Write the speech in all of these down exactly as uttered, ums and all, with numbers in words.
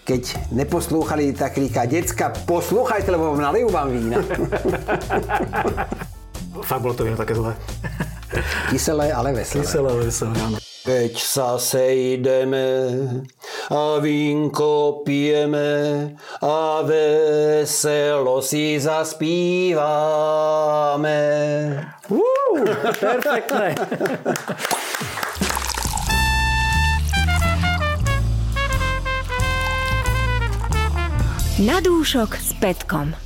keď neposlúchali, tak říká, decka, poslúchajte, lebo vám nalejú vám vína. Fakt bolo to víno také zlé. Kyselé, ale veselé. Kyselé, veselé, áno. Keď sa sejdeme a vínko pijeme a veselo si zaspívame. Uú, perfektné. Na dúšok s Petkom.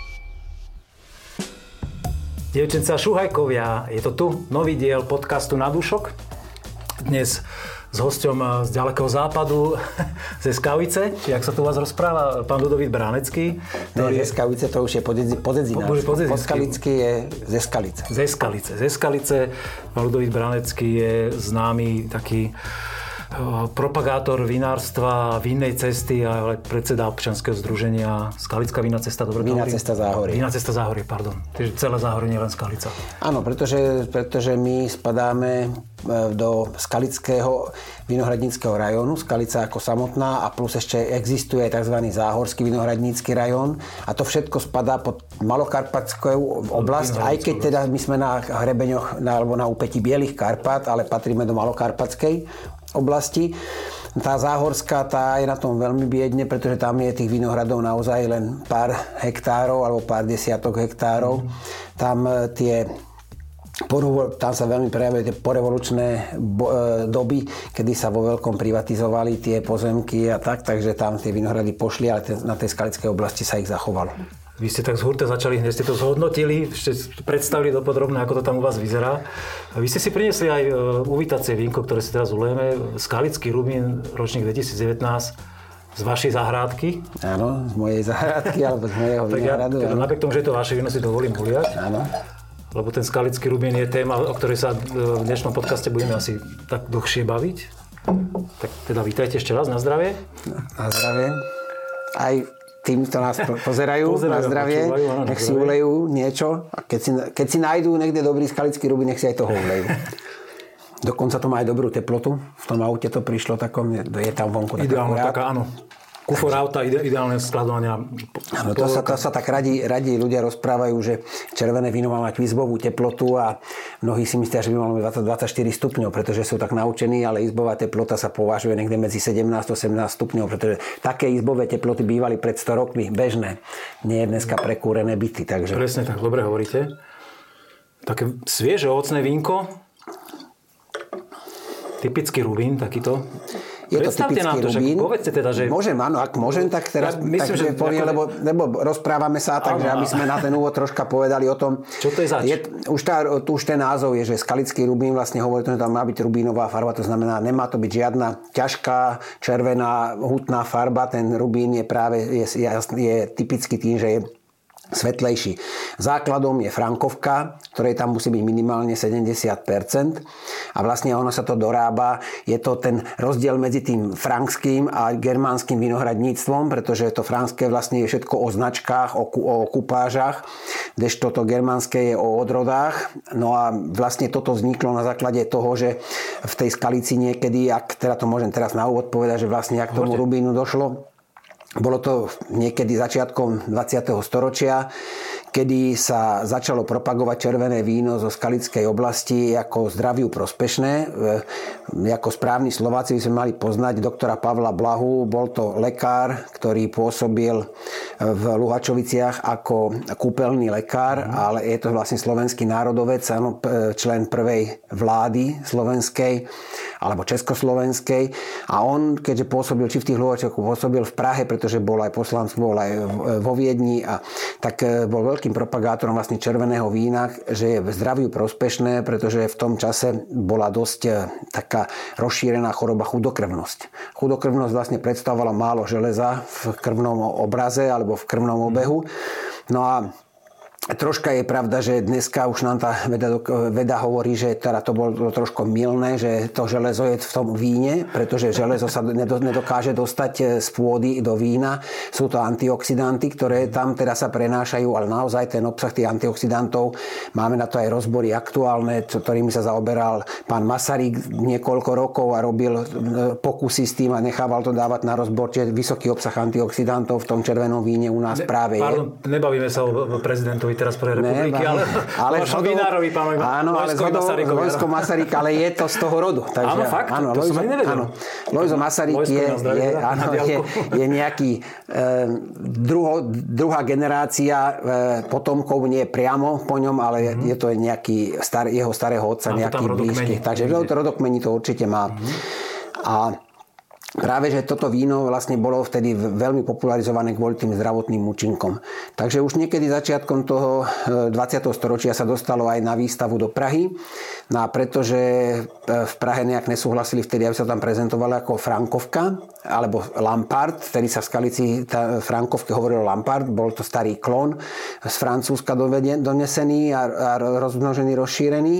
Dievčence a šuhajkovia, je to tu nový diel podcastu Na dúšok. Dnes s hosťom z ďalekého západu, ze Skavice, či jak sa tu vás rozpráva, pán Ľudovít Bránecký. Ktorý... Ne, ze Skavice to už je podedzina. Podskalický je ze Skalice. Ze Skalice. Ze Skalice. Pán Ľudovít Bránecký je známy taký propagátor vinárstva, vinnej cesty a predseda občianskeho združenia Skalická vinná cesta. Dobre, Vinná cesta Záhorie. Vinná cesta Záhorie, pardon. Takže celé Záhorie, nie len Skalica. Áno, pretože, pretože my spadáme do skalického vinohradníckeho rajónu, Skalica ako samotná, a plus ešte existuje aj tzv. Záhorský vinohradnícky rajón a to všetko spadá pod Malokarpatskú oblasť, aj keď teda my sme na hrebeňoch na, alebo na úpetí Bielých Karpát, ale patríme do Malokarpatskej oblasti. Tá záhorská, tá je na tom veľmi biedne, pretože tam je tých vinohradov naozaj len pár hektárov alebo pár desiatok hektárov. Mm. Tam tie tam sa veľmi prejavili tie porevolučné doby, kedy sa vo veľkom privatizovali tie pozemky a tak, takže tam tie vinohrady pošli, ale na tej skalickej oblasti sa ich zachovalo. Vy ste tak z hurta začali, hneď ste to zhodnotili, ešte predstavili dopodrobne, ako to tam u vás vyzerá. Vy ste si priniesli aj uvítacie vínko, ktoré si teraz ulejeme, Skalický Rubín, ročník dvetisíc devätnásť, z vašej zahrádky. Áno, z mojej zahrádky, alebo z mojeho vinohradu. Ja, napriek tomu, že je to vaše víno, si dovolím uliať. Áno. Lebo ten Skalický Rubín je téma, o ktorej sa v dnešnom podcaste budeme asi tak dlhšie baviť. Tak teda vítajte ešte raz, na zdravie. Na zdravie. Aj tým, kto nás pozerajú, pozerajú na zdravie, počúvajú, áno, nech si ulejú niečo. A keď si, keď si nájdú niekde dobrý Skalický Rubín, nech si aj toho ulejú. Dokonca to má aj dobrú teplotu. V tom aute to prišlo takom, je tam vonku taká ideálna, taká, áno. Kufor auta, ide, ideálne skladovania. Áno, to sa, to sa tak radi, radi ľudia rozprávajú, že červené víno má mať izbovú teplotu a mnohí si myslia, že by malo mať dvadsať dvadsaťštyri stupňov, pretože sú tak naučení, ale izbová teplota sa považuje niekde medzi sedemnásť osemnásť stupňov, pretože také izbové teploty bývali pred sto rokmi bežné. Nie je dneska prekúrené byty. Takže... Presne tak, dobre hovoríte. Také svieže ovocné vínko. Typický Rubín, takýto. Je to typický nám to, Rubín. Povedzte teda, že... Môžem, áno, ak môžem, tak teraz ja myslím, tak, že poviem, ako... lebo, lebo rozprávame sa, takže aby sme na ten úvod troška povedali o tom. Čo to je zač? Je, už, tá, už ten názov je, že Skalický Rubín vlastne hovorí, že tam má byť rubínová farba, to znamená, nemá to byť žiadna ťažká, červená, hutná farba. Ten rubín je práve je, je, je typický tým, že je svetlejší. Základom je frankovka, ktorej tam musí byť minimálne sedemdesiat percent a vlastne ono sa to dorába. Je to ten rozdiel medzi tým frankským a germánskym vinohradníctvom, pretože to franské vlastne je všetko o značkách, o, o kupážach, kdežto to germánske je o odrodách. No a vlastne toto vzniklo na základe toho, že v tej Skalici niekedy, ak teda to môžem teraz na úvod povedať, že vlastne ak tomu Rubínu došlo, bolo to niekedy začiatkom dvadsiateho storočia, kedy sa začalo propagovať červené víno zo skalickej oblasti ako zdraviu prospešné. Ako správni Slováci by sme mali poznať doktora Pavla Blahu. Bol to lekár, ktorý pôsobil v Luhačoviciach ako kúpeľný lekár, ale je to vlastne slovenský národovec, člen prvej vlády slovenskej alebo československej. A on, keďže pôsobil či v tých Luhačoch, pôsobil v Prahe, pretože bol aj poslanec, bol aj vo Viedni, a tak bol veľkým propagátorom vlastne červeného vína, že je v zdraviu prospešné, pretože v tom čase bola dosť taká rozšírená choroba chudokrvnosť. Chudokrvnosť vlastne predstavovala málo železa v krvnom obraze alebo v krvnom obehu. No a Troška je pravda, že dneska už nám tá veda, veda hovorí, že teda to bolo trošku mylné, že to železo je v tom víne, pretože železo sa nedokáže dostať z pôdy do vína. Sú to antioxidanty, ktoré tam teda sa prenášajú, ale naozaj ten obsah tých antioxidantov, máme na to aj rozbory aktuálne, ktorými sa zaoberal pán Masaryk niekoľko rokov a robil pokusy s tým a nechával to dávať na rozbor, čiže vysoký obsah antioxidantov v tom červenom víne u nás ne, práve pardon, je. Nebavíme sa o prezidentovi teraz pre republiky, ne, ale, ale vašom vinárovi, pán Lojsko Masaryk, ale je to z toho rodu. Takže, áno, fakt? Áno, to Lojzo, som ani nevedel. Áno, Lojzo Masaryk je, je, áno, je, je nejaký e, druho, druhá generácia e, potomkov, nie priamo po ňom, ale mm-hmm. je to nejaký star, jeho starého otca, má nejaký blízky. Takže rodokmení to určite má. Mm-hmm. A práve, že toto víno vlastne bolo vtedy veľmi popularizované kvôli tým zdravotným účinkom. Takže už niekedy začiatkom toho dvadsiateho storočia sa dostalo aj na výstavu do Prahy. No a pretože v Prahe nejak nesúhlasili vtedy, aby sa tam prezentovala ako Frankovka alebo Lampart, vtedy sa v Skalici tá Frankovke hovorilo Lampart, bol to starý klon z Francúzska donesený a, a rozmnožený, rozšírený.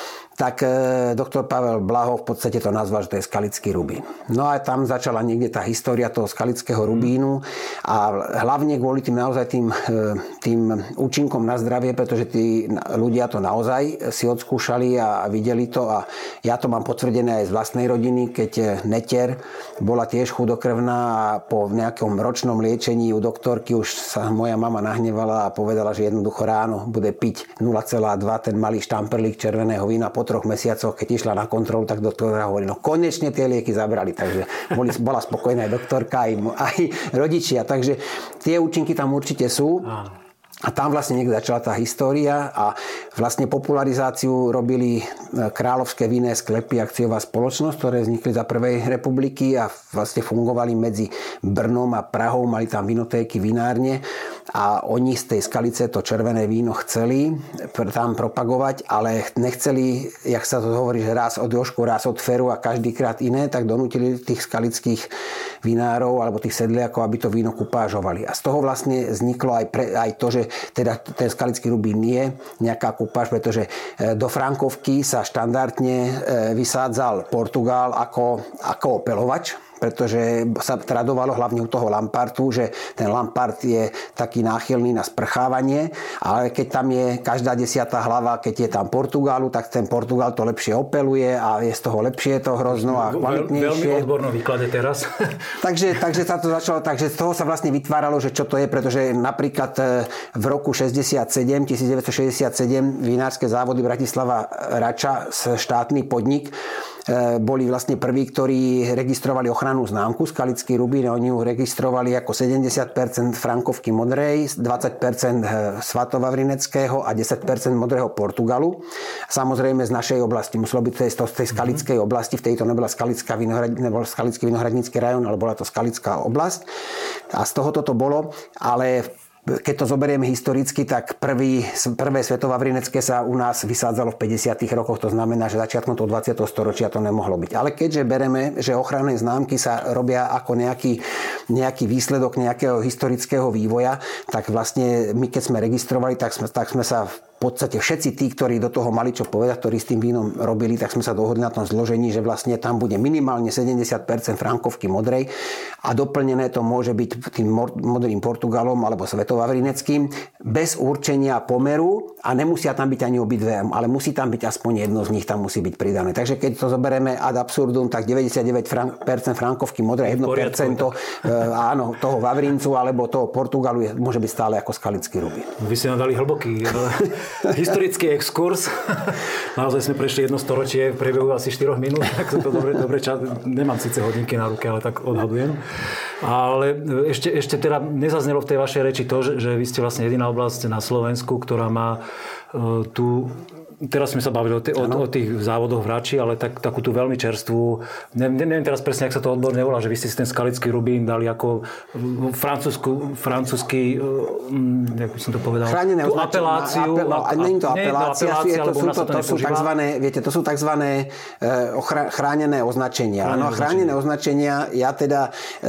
Tak e, doktor Pavel Blaho v podstate to nazval, že to je skalický rubín. No a tam začala niekde tá história toho skalického rubínu a hlavne kvôli tým naozaj tým, e, tým účinkom na zdravie, pretože tí ľudia to naozaj si odskúšali a, a videli to a ja to mám potvrdené aj z vlastnej rodiny, keď neter bola tiež chudokrvná a po nejakom ročnom liečení u doktorky už sa moja mama nahnevala a povedala, že jednoducho ráno bude piť nula celá dva ten malý štamperlík červeného vína. Po troch mesiacoch, keď išla na kontrolu, tak doktora hovorí, no konečne tie lieky zabrali, takže boli, bola spokojná aj doktorka, aj, aj rodičia, takže tie účinky tam určite sú. A tam vlastne niekde začala tá história a vlastne popularizáciu robili Kráľovské vinné sklepy, akciová spoločnosť, ktoré vznikli za prvej republiky a vlastne fungovali medzi Brnom a Prahou, mali tam vinotéky, vinárne a oni z tej Skalice to červené víno chceli tam propagovať, ale nechceli, jak sa to hovorí, že raz od Jošku, raz od Feru a každýkrát iné, tak donútili tých skalických vinárov alebo tých sedliakov, aby to víno kupážovali. A z toho vlastne vzniklo aj, pre, aj to, že teda ten skalický rubín je nejaká kupáž, pretože do Frankovky sa štandardne vysádzal Portugál ako, ako opeľovač, pretože sa tradovalo hlavne u toho Lampartu, že ten Lampart je taký náchylný na sprchávanie, ale keď tam je každá desiatá hlava, keď je tam Portugálu, tak ten Portugál to lepšie opeluje a je z toho lepšie to hrozno a kvalitnejšie. Veľmi odborno výklade teraz. takže, takže sa to začalo, takže z toho sa vlastne vytváralo, že čo to je, pretože napríklad v roku šesťdesiatsedem, devätnásťstošesťdesiatsedem vinárske závody Bratislava Rača, štátny podnik, boli vlastne prví, ktorí registrovali ochrannú známku skalický rubín. Oni ju registrovali ako sedemdesiat percent Frankovky modrej, dvadsať percent Svatovavrineckého a desať percent modrého Portugalu. Samozrejme z našej oblasti, muselo byť z tej skalickej oblasti, v tejto nebola skalická vinohrad, nebol skalický vinohradnícky rajón, ale bola to skalická oblasť. A z toho toto bolo, ale keď to zoberieme historicky, tak prvý, prvé Svetovavrinecké sa u nás vysádzalo v päťdesiatych rokoch, to znamená, že začiatkom toho dvadsiateho storočia to nemohlo byť. Ale keďže bereme, že ochranné známky sa robia ako nejaký, nejaký výsledok nejakého historického vývoja, tak vlastne my keď sme registrovali, tak sme, tak sme sa v podstate všetci tí, ktorí do toho mali čo povedať, ktorí s tým vínom robili, tak sme sa dohodli na tom zložení, že vlastne tam bude minimálne sedemdesiat percent Frankovky modrej a doplnené to môže byť tým modrým Portugalom alebo Svetovavrineckým bez určenia pomeru a nemusia tam byť ani obidve, ale musí tam byť aspoň jedno z nich, tam musí byť pridané. Takže keď to zoberieme ad absurdum, tak deväťdesiatdeväť percent Frankovky modrej, jedno percento áno, toho Vavrincu alebo toho Portugalu je, môže byť stále ako skalický rubín. Vy ste nám dali hlboký historický exkurs. Naozaj sme prešli jedno storočie v priebehu asi štyroch minút, tak to dobre, dobre čas. Nemám síce hodinky na ruke, ale tak odhadujem. Ale ešte, ešte teda nezaznelo v tej vašej reči to, že, že vy ste vlastne jediná oblasť na Slovensku, ktorá má uh, tú teraz sme sa bavili o, t- o, o tých závodoch v Rači, ale tak, takú tú veľmi čerstvú, ne, neviem teraz presne, jak sa to odborne volá, že vy ste si ten skalický rubín dali ako francúzsky, francúzsky, jak by som to povedal, chránené tú apeláciu. Apel, a, a, nie je to apelácia, apelácia to sú, to, to sú takzvané, viete, to sú takzvané chránené označenia. No a chránené označenia, ja teda s nimi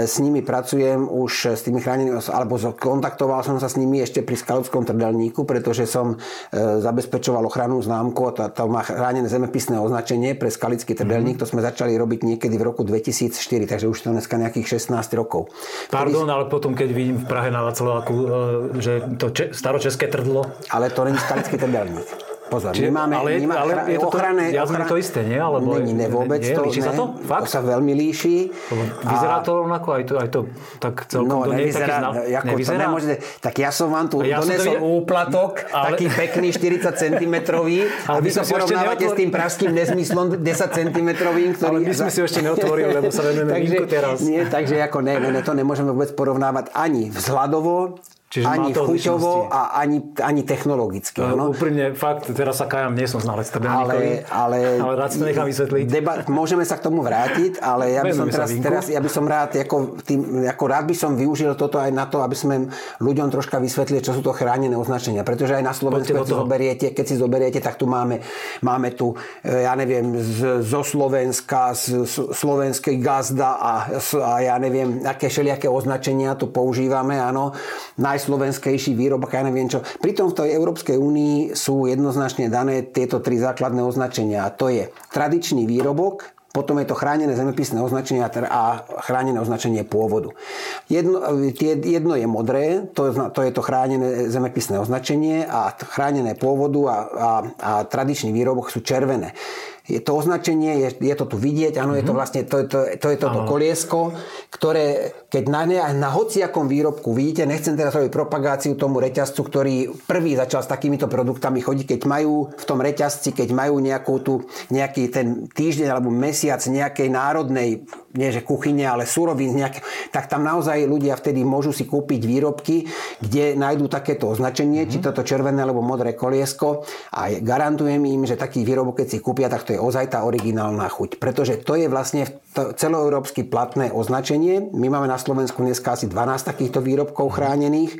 pracujem už s tými chránenými, alebo kontaktoval som sa s nimi ešte pri Skalickom trdelníku, pretože som zabezpečoval ochrannú známku a to má chránené zemepisné označenie pre Skalický trdelník. Mm-hmm. To sme začali robiť niekedy v roku dvetisícštyri, takže už to dneska nejakých šestnásť rokov. Pardon, Vtedy... ale potom, keď vidím v Prahe na Václaváku, že to če- staročeské trdlo... Ale to není Skalický trdelník. Pozor, Čiže, my máme, ale, my máme ale je to ochranné, ja ochranné, to isté, nie? Alebo není, ne, vôbec nie, to, líši ne, sa to? Fakt? To sa veľmi líši. Vyzerá to rovnako? Aj to, aj to tak celkom... No, to nie nevyzerá, znal, ako nevyzerá? To nemôžete, tak ja som vám tu ja donesol videl, úplatok, ale... taký pekný štyridsať centimetrový a vy to porovnávate s tým pražským nezmyslom desať centimetrovým, ktorý... Ale my sme si ešte neotvorili, lebo sa venujeme vínku teraz. Nie, takže ako ne, ne, to nemôžeme vôbec porovnávať ani vzhľadovo, čiže ani chuťovo a ani, ani technologicky. No, úprimne, fakt, teraz sa kajam, nie som znalec trdelníkový, ale, ale, ale rád si to nechám vysvetliť. Deba, môžeme sa k tomu vrátiť, ale ja by som teraz, teraz ja by som rád, ako, tým, ako rád by som využil toto aj na to, aby sme ľuďom troška vysvetlili, čo sú to chránené označenia. Pretože aj na Slovensku, keď si zoberiete, keď si zoberiete, tak tu máme, máme tu, ja neviem, z, zo Slovenska, z, z slovenskej gazda a, a ja neviem, aké všelijaké označenia tu používame, áno. Najslovenskejší výrobok, ja neviem čo. Pritom v tej Európskej únii sú jednoznačne dané tieto tri základné označenia. A to je tradičný výrobok, potom je to chránené zemepisné označenie a chránené označenie pôvodu. Jedno, jedno je modré, to, to je to chránené zemepisné označenie a chránené pôvodu a, a, a tradičný výrobok sú červené. Je to označenie, je, je to tu vidieť, áno, mm-hmm. je to vlastne, to, to, to je toto koliesko, ktoré, keď na, na hociakom výrobku vidíte, nechcem teraz robiť propagáciu tomu reťazcu, ktorý prvý začal s takýmito produktami chodiť, keď majú v tom reťazci, keď majú nejakú tu, nejaký ten týždeň alebo mesiac nejakej národnej, nie že kuchyne, ale surovín, nejaké, tak tam naozaj ľudia vtedy môžu si kúpiť výrobky, kde nájdú takéto označenie, mm-hmm. či toto červené alebo modré koliesko a garantujem im, že taký výrobok, keď si kúpia, tak to je ozaj tá originálna chuť. Pretože to je vlastne celoeurópsky platné označenie. My máme na Slovensku dneska asi dvanásť takýchto výrobkov chránených.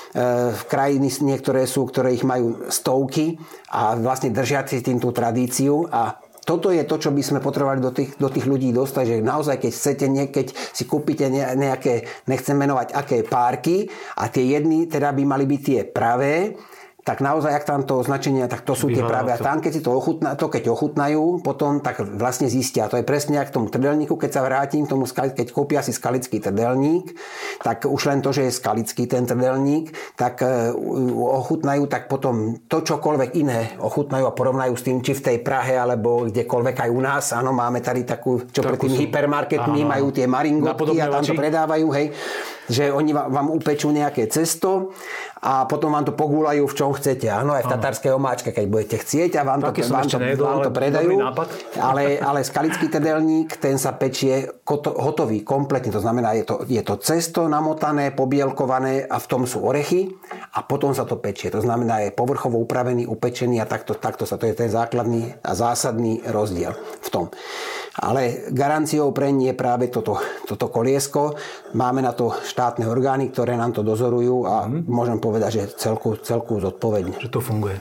V krajiny niektoré sú, ktoré ich majú stovky a vlastne držia si tým tú tradíciu a toto je to, čo by sme potrebovali do tých, do tých ľudí dostať, že naozaj, keď chcete, keď si kúpite nejaké, nechcem menovať, aké párky a tie jedny teda by mali byť tie pravé, tak naozaj, ak tam to označenia, tak to sú tie práve. A tam, keď si to ochutná, to keď ochutnajú, potom tak vlastne zistia. To je presne ako k tomu trdelníku, keď sa vrátim, tomu, keď kúpia si skalický trdelník, tak už len to, že je skalický ten trdelník, tak ochutnajú, tak potom to čokoľvek iné ochutnajú a porovnajú s tým, či v tej Prahe, alebo kdekoľvek aj u nás. Áno, máme tady takú, čo pred tými hypermarketmi majú tie maringotky a tam to predávajú, hej, že oni vám upečú nejaké cesto a potom vám to pogúľajú v čom chcete. Áno, aj v tatárskej omáčke, keď budete chcieť a vám to, vám to, nejedol, vám to predajú. Ale, ale skalický trdelník, ten sa pečie hotový, kompletne. To znamená, je to, je to cesto namotané, pobielkované a v tom sú orechy a potom sa to pečie. To znamená, je povrchovo upravený, upečený a takto, takto sa, to je ten základný a zásadný rozdiel v tom. Ale garanciou pre nie je práve toto, toto koliesko. Máme na to štátne orgány, ktoré nám to dozorujú a mm. môžem povedať, že celku, celku zodpovedne. Že to funguje.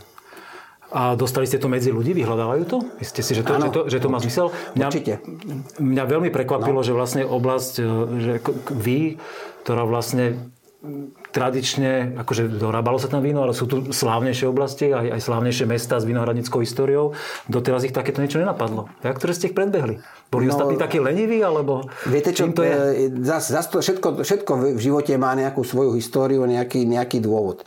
A dostali ste to medzi ľudí? Vyhľadávajú to? Myslíte si, že to, že to, že to má zmysel? Mňa, určite. Mňa veľmi prekvapilo, no. že vlastne oblasť, že vy, ktorá vlastne tradične, akože dorábalo sa tam víno, ale sú tu slávnejšie oblasti, aj, aj slávnejšie mestá s vinohradníckou históriou. Doteraz ich takéto niečo nenapadlo. A ktoré ste ich predbehli? Boli no, ostatní takí leniví, alebo viete čo, to je? Zas, zas to všetko, všetko v živote má nejakú svoju históriu, nejaký, nejaký dôvod.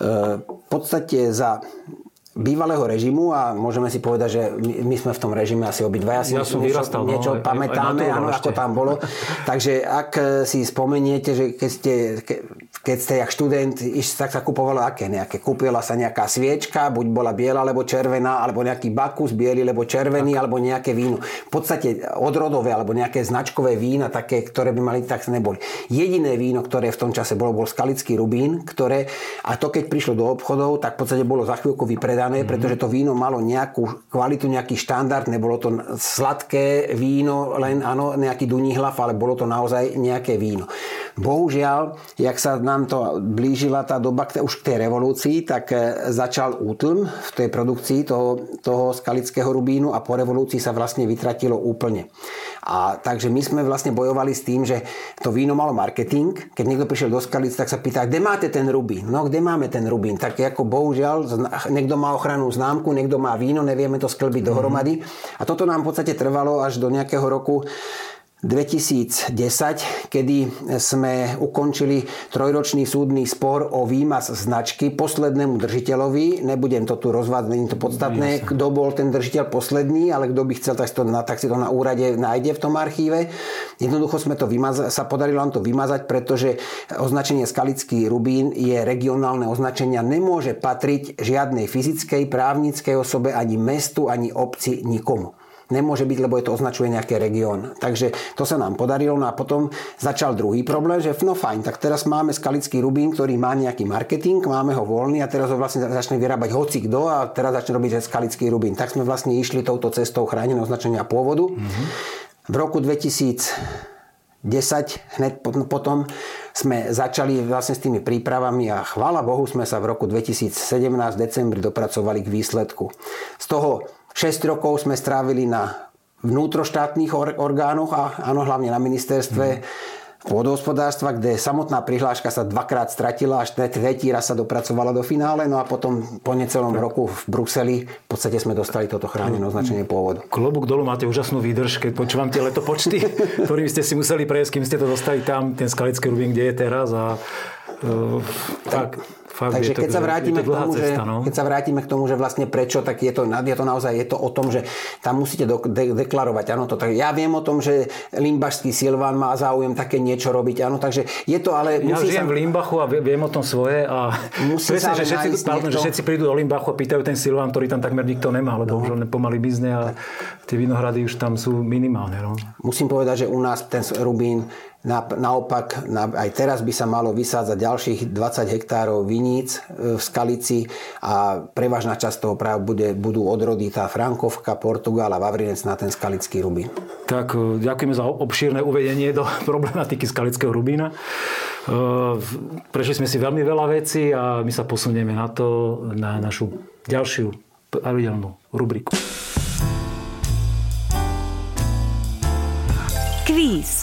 V podstate za bývalého režimu a môžeme si povedať, že my sme v tom režime asi obidvaja si ja niečo, vyrastal, niečo no, pamätáme, aj, aj áno, ako tam bolo. Takže ak si spomeniete, že keď ste, keď ste jak študent, tak sa kupovalo aké nejaké? Kúpila sa nejaká sviečka, buď bola biela, alebo červená, alebo nejaký bakus, biely, alebo červený, tak. alebo nejaké víno. V podstate odrodové, alebo nejaké značkové vína, také, ktoré by mali, tak neboli. Jediné víno, ktoré v tom čase bolo, bol skalický rubín, ktoré, a to keď prišlo do obchodov, tak v podstate bolo za chvíľku vypredané vychované, mm-hmm. pretože to víno malo nejakú kvalitu, nejaký štandard, nebolo to sladké víno, len áno, nejaký duní hlav, ale bolo to naozaj nejaké víno. Bohužiaľ, jak sa nám to blížila tá doba už k tej revolúcii, tak začal útlm v tej produkcii toho, toho skalického rubínu a po revolúcii sa vlastne vytratilo úplne. A takže my sme vlastne bojovali s tým, že to víno malo marketing. Keď niekto prišiel do Skalic, tak sa pýta, kde máte ten rubín? No, kde máme ten rubín? Tak ako bohužiaľ, niekto má ochrannú známku, niekto má víno, nevieme to sklbiť dohromady. A toto nám v podstate trvalo až do nejakého roku dvetisícdesať, kedy sme ukončili trojročný súdny spor o výmaz značky poslednému držiteľovi. Nebudem to tu rozvádzať, nie je to podstatné, kto bol ten držiteľ posledný, ale kto by chcel, tak si to, tak si to na úrade nájde v tom archíve. Jednoducho sme to vymaza- sa podarilo nám to vymazať, pretože označenie skalický rubín je regionálne označenia, nemôže patriť žiadnej fyzickej, právnickej osobe, ani mestu, ani obci, nikomu. Nemôže byť, lebo je to označuje nejaký región. Takže to sa nám podarilo. No a potom začal druhý problém, že no fajn, tak teraz máme skalický rubín, ktorý má nejaký marketing, máme ho voľný a teraz ho vlastne začne vyrábať hocikdo a teraz začne robiť, že skalický rubín. Tak sme vlastne išli touto cestou chráneného označenia pôvodu. Mm-hmm. V roku dvetisícdesať, hned potom sme začali vlastne s tými prípravami a chvála Bohu sme sa v roku dvetisícsedemnásť v decembri dopracovali k výsledku. Z toho šesť rokov sme strávili na vnútroštátnych or- orgánoch a áno, hlavne na ministerstve pôdohospodárstva, kde samotná prihláška sa dvakrát stratila, až tretí raz sa dopracovala do finále, no a potom po necelom roku v Bruseli v podstate sme dostali toto chránené označenie pôvodu. Klobúk dolu, máte úžasnú výdrž, keď počúvam tie letopočty, ktorými ste si museli prejsť, kým ste to dostali tam, ten skalický rubín, kde je teraz a uh, tak... Fakt, Takže to, keď sa vrátime k tomu, cesta, že, no? keď sa vrátime k tomu, že vlastne prečo, tak je to, je to naozaj je to o tom, že tam musíte do, de, deklarovať. Áno, to, tak ja viem o tom, že limbašský Silván má záujem také niečo robiť. Áno, takže je to, ale ja musí žijem sa... v Limbachu a viem o tom svoje a presne, že všetci, pardon, že všetci prídu do Limbachu a pýtajú ten Silván, ktorý tam takmer nikto nemá, lebo už len pomaly bizne a tie vinohrady už tam sú minimálne. No. Musím povedať, že u nás ten rubín Na, naopak, na, aj teraz by sa malo vysádzať ďalších dvadsať hektárov viníc v Skalici a prevažná časť toho práve bude, budú odrody tá Frankovka, Portugál a Vavrinec na ten skalický rubín. Tak, ďakujeme za obšírne uvedenie do problematiky skalického rubína. Prešli sme si veľmi veľa vecí a my sa posunieme na to, na našu ďalšiu pravidelnú rubriku. Kvíz.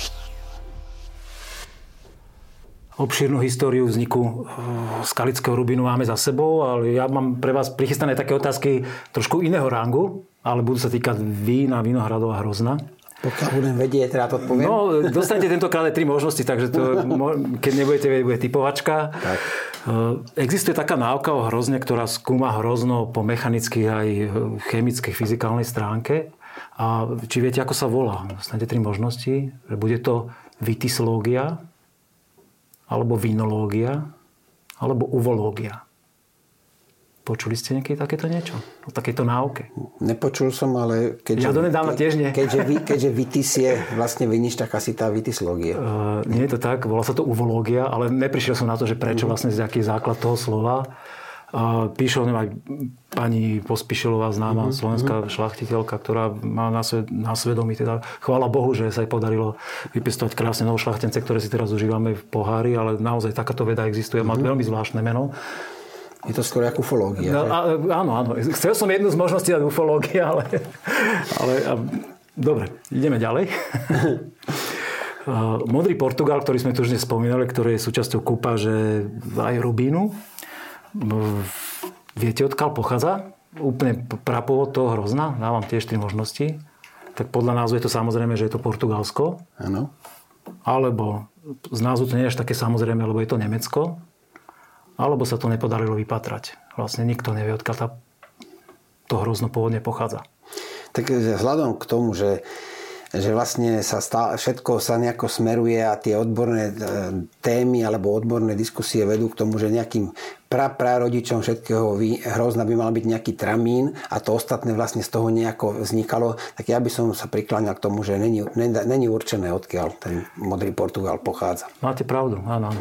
Obšírnu históriu vzniku skalického rubínu máme za sebou, ale ja mám pre vás prichystané také otázky trošku iného rangu, ale budú sa týkať vína, vinohradov a hrozna. Pokiaľ budem vedieť, teda to odpoviem. No, dostanete tentokrát aj tri možnosti, takže to, keď nebudete vedieť, bude typovačka. Tak. Existuje taká náuka o hrozne, ktorá skúma hrozno po mechanickej aj chemickej, fyzikálnej stránke. A či viete, ako sa volá? Dostanete tri možnosti. Bude to vitislógia, alebo vinológia, alebo uvológia. Počuli ste niekedy takéto niečo? O takéto náuke? Nepočul som, ale keďže, ja donedávna tiež nie. keďže, keďže vitis je vlastne vinič, tak asi tá vitislógia. Uh, nie je to tak, volá sa to uvológia, ale neprišiel som na to, že prečo vlastne z aký základ toho slova. Uh, píše o ňom aj pani Pospíšilová, známa uh-huh, slovenská uh-huh. šlachtiteľka, ktorá má na, sved, na svedomí, teda chvála Bohu, že sa jej podarilo vypestovať krásne novošľachtence, ktoré si teraz užívame v pohári, ale naozaj takáto veda existuje, uh-huh. má veľmi zvláštne meno. Je to skoro ako ufológia. No, a, áno, áno. Chcel som jednu z možností dať ufológia, ale... ale a, dobre, ideme ďalej. Modrý Portugál, ktorý sme tu už spomínali, ktorý je súčasťou kúpaže aj rubínu. Viete, odkiaľ pochádza? Úplne prapôvod toho hrozna. Dávam tiež tri možnosti. Tak podľa názvu je to samozrejme, že je to Portugalsko. Áno. Alebo z názvu to nie je až také samozrejme, lebo je to Nemecko. Alebo sa to nepodarilo vypatrať. Vlastne nikto nevie, odkiaľ tá, to hrozno pôvodne pochádza. Tak vzhľadom k tomu, že že vlastne sa stále, všetko sa nejako smeruje a tie odborné témy alebo odborné diskusie vedú k tomu, že nejakým pra, prarodičom všetkého hrozna by mal byť nejaký tramín a to ostatné vlastne z toho nejako vznikalo, tak ja by som sa prikláňal k tomu, že není, není určené, odkiaľ ten modrý Portugál pochádza. Máte pravdu, áno, áno.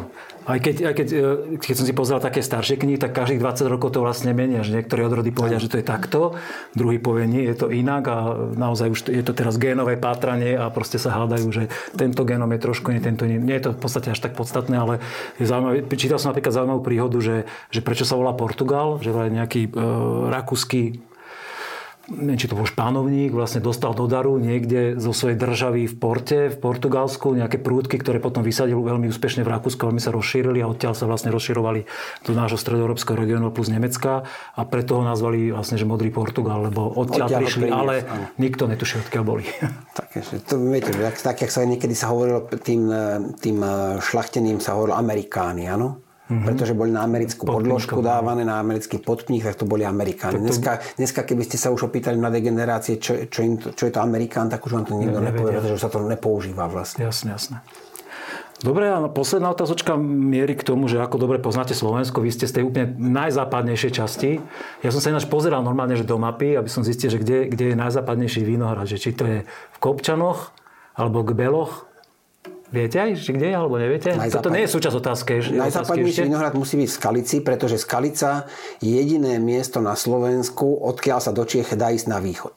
Aj keď, aj keď, keď som si pozeral také staršie knihy, tak každých dvadsať rokov to vlastne menia. Že niektorí odrody povedia, že to je takto, druhý povie, nie, je to inak a naozaj už je to teraz génové pátranie a proste sa hádajú, že tento génom je trošku nie, tento nie. Nie je to v podstate až tak podstatné, ale je zaujímavé. Čítal som napríklad zaujímavú príhodu, že, že prečo sa volá Portugal, že nejaký e, rakúsky, neviem, či to bol špánovník, vlastne dostal do daru niekde zo svojej državy v Porte, v Portugalsku, nejaké prúdky, ktoré potom vysadil veľmi úspešne v Rakúsku, veľmi sa rozšírili a odtiaľ sa vlastne rozširovali do nášho stredoeurópskeho regiónu plus Nemecka a preto ho nazvali vlastne, že Modrý Portugal, lebo odtiaľ, odtiaľ prišli, ale áno. Nikto netuší, odkiaľ boli. Takže to viete, tak, tak jak sa niekedy sa hovorilo tým, tým šlachteným sa hovorilo Amerikáni, áno? Mm-hmm. Pretože boli na americkú podložku dávané, na americký podpních, tak to boli Amerikáni. To... Dneska, dneska, keby ste sa už opýtali mladé generácie, čo, čo, im to, čo je to Amerikán, tak už vám to nikto ne, nepovie, pretože sa to nepoužíva vlastne. Jasne, jasne. Dobre, a posledná otázočka mierí k tomu, že ako dobre poznáte Slovensko, vy ste z tej úplne najzápadnejšej časti. Ja som sa ináč pozeral normálne, že do mapy, aby som zistil, že kde, kde je najzápadnejší Vinohrad, že či to je v Kopčanoch, alebo k Beloch. Viete aj, že kde je, alebo neviete? Najzápad... Toto nie je súčasť otázky. Najzápadnejší Vinohrad musí byť v Skalici, pretože Skalica je jediné miesto na Slovensku, odkiaľ sa do Čiech dá ísť na východ.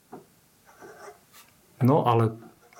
No, ale...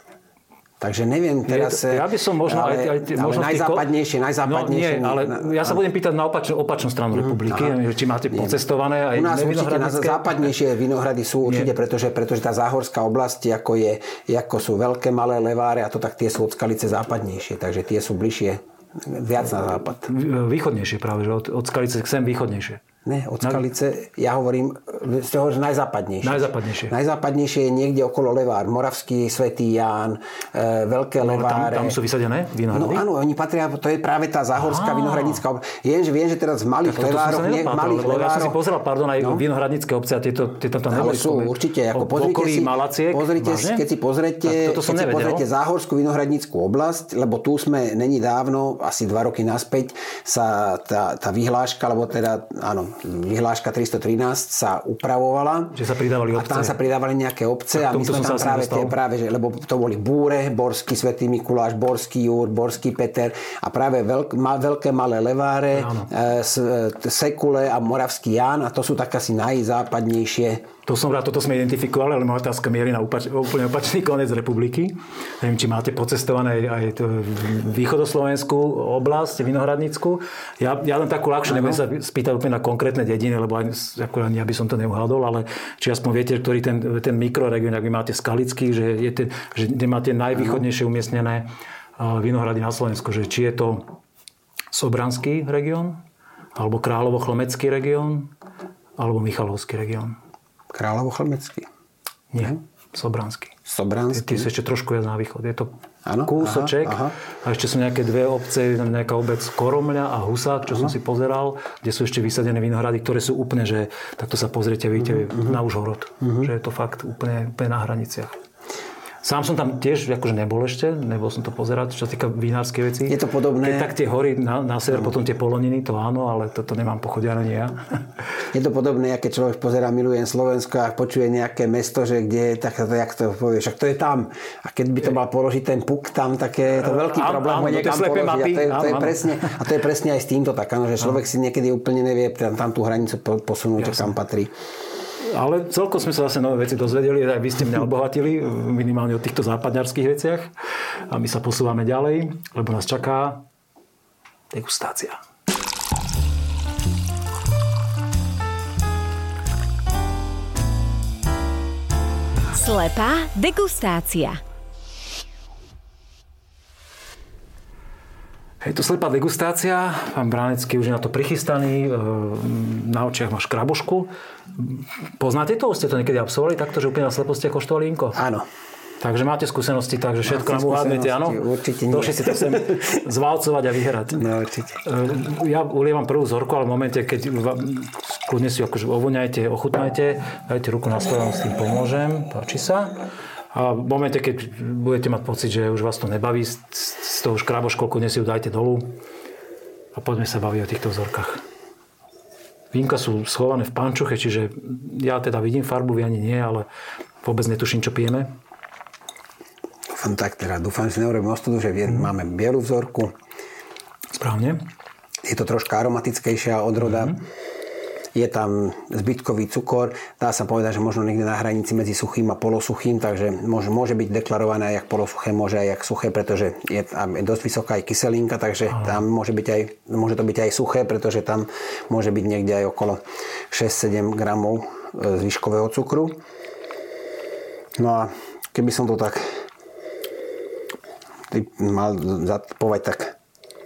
Takže neviem teraz... Ja by som možno... Ale, aj, aj, možno ale najzápadnejšie, najzápadnejšie... No nie, ale ja sa budem pýtať na opačnú, opačnú stranu republiky, mm, či máte nie. pocestované aj u nás určite na západnejšie Vinohrady sú určite, pretože, pretože tá záhorská oblasť, ako, je, ako sú Veľké, Malé Leváre a to tak tie sú od Skalice západnejšie, takže tie sú bližšie viac na západ. Východnejšie práve, že od, od Skalice sem východnejšie. Ne, od Skalice, ja hovorím z toho, že najzápadnejšie. Najzápadnejšie. Najzápadnejšie je niekde okolo Levár. Moravský, Svätý Ján, e, Veľké no, Leváre. Tam, tam sú vysadené vinohrady? No áno, oni patria, to je práve tá záhorská ah. vinohradnícka oblasť. Viem, že, viem, že teraz v Malých Levároch... Nie, malých levároch, ja som si pozeral, pardon, aj no? vinohradnícke obce a tieto, tieto tam neboli. Ale sú určite. Ako pozrite si, Malaciek, pozrite, keď si pozrete, keď si pozrite záhorskú vinohradnícku oblasť, lebo tu sme není dávno, asi dva roky naspäť, sa tá, tá vyhláška, alebo teda, áno, vyhláška tristo trinásť sa upravovala. Že sa pridávali obce. A tam sa pridávali nejaké obce a, a my sme tam práve tie, práve, že, lebo to boli Búre, Borský Svätý Mikuláš, Borský Júr, Borský Peter a práve veľk, ma, Veľké Malé Leváre, e, Sekule a Moravský Ján a to sú tak asi najzápadnejšie. To som rád, toto sme identifikovali, ale moja otázka mierí na opač, úplne opačný koniec republiky. Neviem, či máte pocestované aj východoslovenskú oblasť, vinohradnícku. Ja, ja len takú ľahšiu, nebudem sa spýtať úplne na konkrétne dediny, lebo aj, ako ani ja by som to neuhádol, ale či aspoň viete, ktorý ten, ten mikroregión, ak vy máte Skalický, že, je ten, že máte najvýchodnejšie umiestnené vinohrady na Slovensku, že či je to Sobranský región, alebo Kráľovo-Chlmecký región, alebo Michalovský región. Kráľovo-Chlmecký? Nie, Sobranský. Sobranský? Ty sú ešte trošku viac na východ. Je to ano? kúsoček. Aha, aha. A ešte sú nejaké dve obce, nejaká obec Koromľa a Husák, čo aha. som si pozeral, kde sú ešte vysadené vinohrady, ktoré sú úplne, že takto sa pozriete, vidíte, uh-huh. na Užhorod. Uh-huh. Že je to fakt úplne, úplne na hraniciach. Sám som tam tiež akože nebol ešte, nebol som to pozerať, čo sa týka vinárskej veci. Je to podobné. Keď tak tie hory na, na sever, no. potom tie poloniny, to áno, ale toto nemám pochodia ani ja. Je to podobné, keď človek pozerá, milujem Slovensko a počuje nejaké mesto, že kde je, tak jak to povie, však to je tam. A keď by to mal položiť ten puk tam, tak je to veľký áno, problém ho niekam položiť. Mapy, a, to je, to je presne, a to je presne aj s týmto tak, áno, že človek áno. si niekedy úplne nevie tam, tam tú hranicu posunúť, kam patrí. Ale celkom sme sa zase nové veci dozvedeli, aj vy ste mňa obohatili, minimálne o týchto západňarských veciach. A my sa posúvame ďalej, lebo nás čaká degustácia. Slepá degustácia. Je to slepá degustácia. Pán Bránecký už je na to prichystaný. Na očiach má škrabošku. Poznáte to? Ste to niekedy absolvovali takto, že úplne na sleposti koštovali vínko? Áno. Takže máte skúsenosti, takže všetko nám uhádnete, áno? Určite nie. Došli si to sem zvalcovať a vyhrať. No určite. Ja ulievam prvú vzorku, ale v momente, keď kľudne si akože ovoňajte, ochutnajte, dajte ruku na stôl, s tým pomôžem. Páči sa. A v momente, keď budete mať pocit, že už vás to nebaví, z toho škraboškou kľudne si ju dajte dolu a poďme sa baviť o týchto vzorkách. Vínka sú schované v pančuche, čiže ja teda vidím farbu, vy ani nie, ale vôbec netuším, čo pijeme. Dúfam tak teda, dúfam, že neurobím ostudu, že máme bielu vzorku. Správne. Je to troška aromatickejšia odroda. Mm-hmm. Je tam zbytkový cukor. Dá sa povedať, že možno niekde na hranici medzi suchým a polosuchým, takže môže, môže byť deklarované aj jak polosuché, môže aj jak suché, pretože je tam dosť vysoká aj kyselinka, takže tam môže, byť aj, môže to byť aj suché, pretože tam môže byť niekde aj okolo šesť sedem gramov zvyškového cukru. No a keby som to tak mal zapovať, tak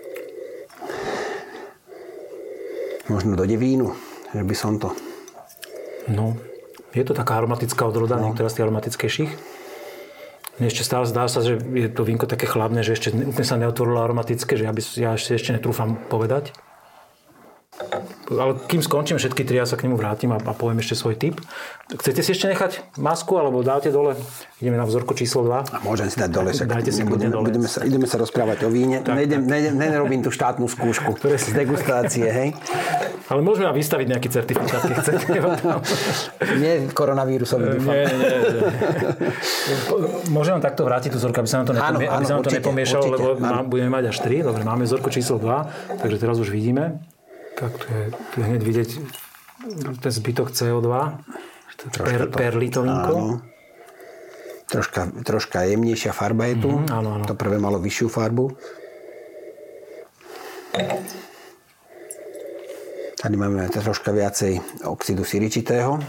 možno do devínu, že by som to... No, je to taká aromatická odroda, no. Niektorá z tých aromatickejších. Mne ešte stále zdá sa, že je to vínko také chladné, že ešte úplne sa neotvorilo aromatické, že ja, by, ja ešte, ešte netrúfam povedať. Ale kým skončím všetky tri, ja sa k nemu vrátim a, a poviem ešte svoj tip. Chcete si ešte nechať masku, alebo dáte dole? Ideme na vzorku číslo dva. A môžem si dať dole. Však Dajte si budeme, dole. Budeme sa, ideme sa rozprávať o víne. Tak, nejdem, tak. nejdem, nerobím tú štátnu skúšku z degustácie, hej? Ale môžeme vám vystaviť nejaký certifikát, keď chcete. Nie koronavírusový, dúfam. Nie, nie, nie. Môžem vám takto vrátiť tú vzorku, aby sa nám to, nepomie- áno, áno, aby sa nám to nepomiešalo, lebo má, budeme mať až tri. Dobre, máme vzorku číslo dva, takže teraz už vidíme. Tak tu je, tu je hneď vidieť ten zbytok cé ó dva. Per, perlí to vínko. Troška, troška jemnejšia farba je tu. Mm, áno, áno. To prvé malo vyššiu farbu. Tady máme troška viacej oxidu siričitého.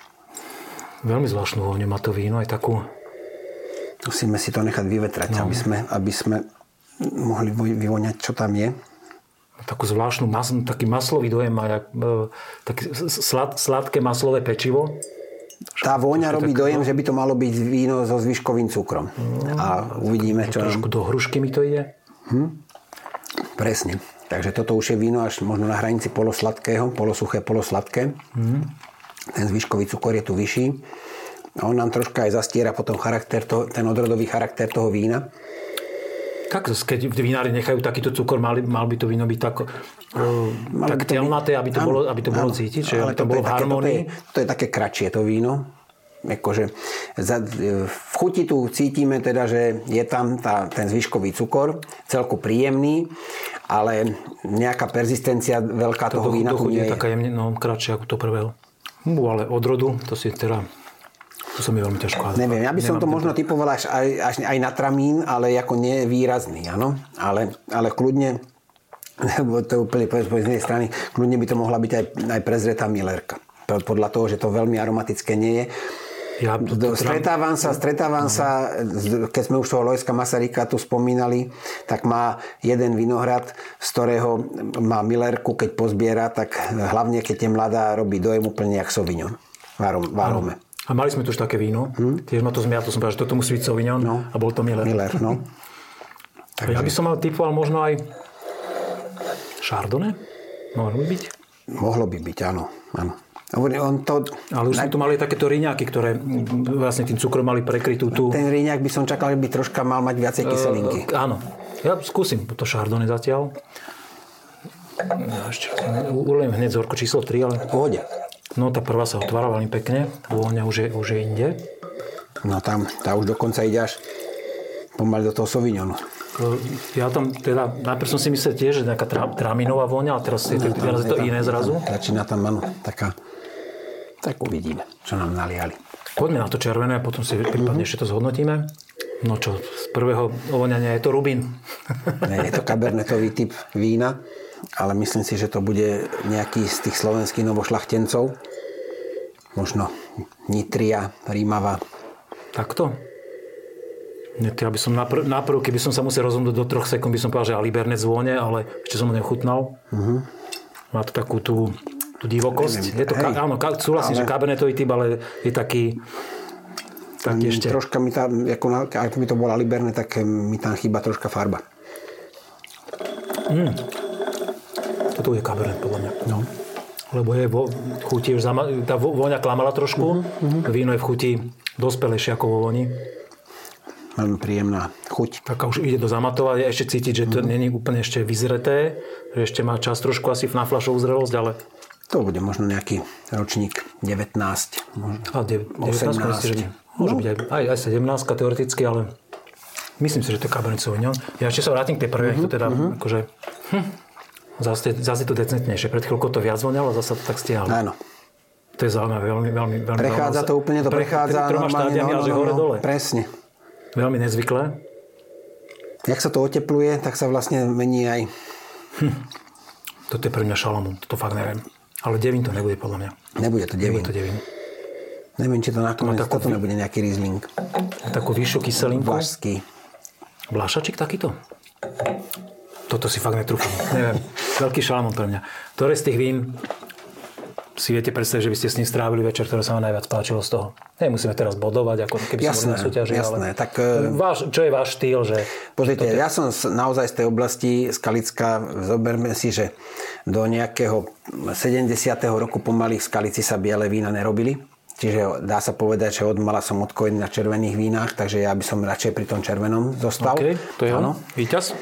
Veľmi zvláštnu vôňu má to víno, aj takú... Musíme si to nechať vyvetrať, no. aby, sme, aby sme mohli vyvoňať, čo tam je. Takú zvláštnu, mas, taký maslový dojem má, jak, e, také slad, sladké maslové pečivo. Tá vôňa robí tak, dojem, že by to malo byť víno so zvyškovým cukrom. No, a uvidíme, čo... Trošku do hrušky mi to ide. Hm? Presne. Takže toto už je víno až možno na hranici polosladkého, polosuché, polosladké. Hm. Ten zvyškový cukor je tu vyšší. A on nám troška aj zastiera potom charakter toho, ten odrodový charakter toho vína. Tak, keď vinári nechajú takýto cukor, mal, mal by to víno byť tak, uh, tak telnaté, aby to áno, bolo, aby to bolo áno, cítiť, že aby to bolo v harmonii. To je, to je také kratšie to víno. Akože za, v chuti tu cítime teda, že je tam tá, ten zvyškový cukor, celku príjemný, ale nejaká persistencia veľká to toho vína tu nie je. Taká jemne, no, kratšia ako to prvého. No, ale odrodu, to si teda... To sa mi veľmi ťažko... Neviem, ja by som to možno typoval až, aj, až aj na tramín, ale ako nie výrazný, áno. Ale, ale kľudne, lebo to je úplne z jednej strany, kľudne by to mohla byť aj, aj prezretá Millerka. Podľa toho, že to veľmi aromatické nie je. Ja, to, to, stretávam sa, stretávam no. sa, keď sme už toho Lojska Masaryka tu spomínali, tak má jeden vinohrad, z ktorého má Millerku, keď pozbiera, tak hlavne keď je mladá, robí dojem úplne jak Sauvignon v arome. A mali sme tu už také víno, hm? Tiež ma to zmiatlo, som povedal, že toto musí byť Sauvignon no. A bol to Miller. Miller, no. Takže... Ja by som mal typoval možno aj Chardonnay? Mohlo by byť? Mohlo by byť, áno. áno. On to... Ale už sme tu mali takéto riňáky, ktoré vlastne tým cukrom mali prekrytú tú... Ten riňák by som čakal, že by troška mal mať viacej kyselinky. Uh, áno. Ja skúsim to Chardonnay zatiaľ. Ja ešte ulejem hneď vzorku číslo tri, ale... Pohode. No tá prvá sa otvára veľmi pekne, vôňa už je, už je inde. No tam, tá už dokonca ide až pomaly do toho Sauvignonu. Ja tam teda, najprv som si myslel tiež, že nejaká tráminová vôňa, a teraz je, no, tam, teraz je to je iné zrazu. Začína tam, áno, taká, tak uvidíme, čo nám naliali. Poďme na to červené a potom si prípadne mm-hmm. ešte to zhodnotíme. No čo, z prvého ovoňania je to rubín. Nie, je to kabernetový typ vína. Ale myslím si, že to bude nejaký z tých slovenských novošľachtencov. Možno Nitria, Rímava. Takto? Ja by som naprv, naprv, keby som sa musel rozhodnúť do troch sekúnd, by som povedal, že Alibernet zvône, ale ešte som ho nechutnal. Uh-huh. Má to takú tú, tú divokosť. Je to, ka, áno, ka, súhlasím, ale... že kabernetový typ, ale je taký... taký ešte... Troška mi tam, ako, ak by to bola Alibernet, tak mi tam chýba troška farba. Mm. Toto je Cabernet, podľa mňa. No. Lebo je vo chuti, už zama, tá vôňa klamala trošku. Uh-huh, uh-huh. Víno je v chuti dospelejšie ako vo voni. Veľmi príjemná chuť. Taká už ide do zamatovania. Ešte cítiť, že to uh-huh. nie je úplne ešte vyzreté. Že ešte má čas trošku asi na fľašovú zrelosť, ale... To bude možno nejaký ročník devätnásť. Možno a devätnásť, myslíte, že nie? Môže no. byť aj, aj, aj sedemnásť teoreticky, ale... Myslím si, že to je Cabernet Sauvignon. Ja ešte sa vrátim k tej prvej, uh-huh, to teda uh-huh. akože... Hm, zase, zase to decentnejšie. Pred chvíľkou to viac voňalo, zase to tak stiahlo. Áno. To je zaujímavé, veľmi, veľmi, veľmi prechádza zaujímavé. to úplne, to prechádza troma štádiami, ale že hore dole. Presne. Veľmi nezvyklé. Jak sa to otepluje, tak sa vlastne mení aj... Hm. Toto je pre mňa šalamún, to fakt neviem. Ale devín to nebude podľa mňa. Nebude to devín. Nebude to devín. Neviem, či to nakoniec, takú, toto nebude nejaký Riesling. Takú vyššiu kyselinku. Vlašský. Vlášačik takýto? Toto si fakt netrúfam. Neviem. Veľký šalamún pre mňa. Ktoré z tých vín si viete predstaviť, že by ste s ním strávili večer, ktoré sa vám najviac páčilo z toho? Nemusíme teraz bodovať, ako keby som bol na súťaži. Jasné, ale tak... Váš, čo je váš štýl? Že pozrite, ja som naozaj z tej oblasti Skalicka, zoberme si, že do nejakého sedemdesiateho roku pomaly v Skalici sa biele vína nerobili. Čiže dá sa povedať, že od mala som odkojený na červených vínach, takže ja by som radšej pri tom červenom zostal. OK, to je on, víťaz.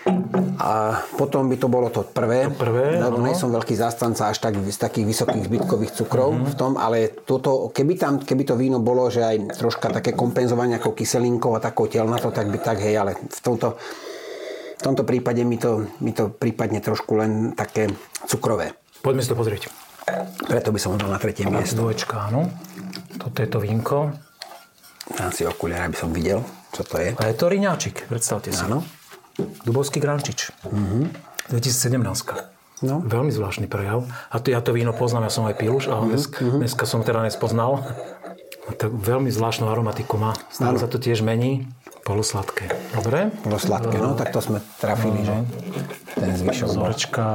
A potom by to bolo to prvé, to prvé lebo nie som veľký zástanca až tak z takých vysokých zbytkových cukrov mm-hmm. v tom, ale toto, keby tam, keby to víno bolo, že aj troška také kompenzovanie ako kyselinkou a takou telnatou, tak by tak, hej, ale v tomto, v tomto prípade mi to, mi to prípadne trošku len také cukrové. Poďme si to pozrieť. Preto by som ho dal na tretie miesto. Dvojčka, áno. Toto je to vínko. Dám si okuliare, aby som videl, čo to je. A je to riňáčik, predstavte si. Áno. Dubovský Grančič. Mm-hmm. dvetisícsedemnásť. No. Veľmi zvláštny prejav. A to, ja to víno poznám, ja som aj pil už, ale dnes, mm-hmm. dneska som teda nespoznal. Tak veľmi zvláštnu aromatiku má. Stále sa to tiež mení. Polosladké. Dobre? Polosladké, no tak to sme trafili, no, že? Ten zvyšok. Zorečka.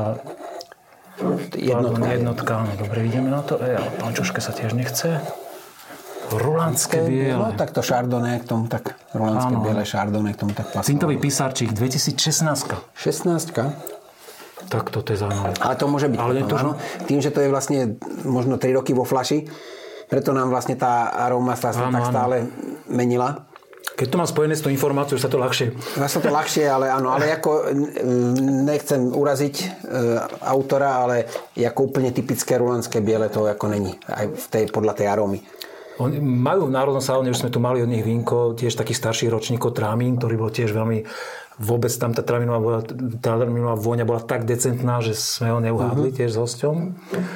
Jednotka. Jednotka, áno. Dobre, ideme na to. E, ale pán Čoške sa tiež nechce. Rulandské biele. No tak to Chardonnay k tomu tak, rulandské biele Chardonnay k tomu tak pasovalo. Cintový písarčík dvetisícšestnásť. šestnástka? Tak toto je zaujímavé. Ale to môže byť. Ale to, áno, tým, že to je vlastne možno tri roky vo fľaši, preto nám vlastne tá aroma sa áno, tak stále áno. menila. Keď to mám spojené s tou informáciou, sa to ľahšie. Dá sa to ľahšie, ale áno, ale ako nechcem uraziť e, autora, ale ako úplne typické rulandské biele to ako není. Aj v tej, podľa tej arómy. Oni majú v Národnom salóne, už sme tu mali od nich vínko, tiež takých starších ročníkov Trámin, ktorý bol tiež veľmi, vôbec tam tá tráminová, tá tráminová vôňa bola tak decentná, že sme ho neuhádli uh-huh. tiež s hosťom.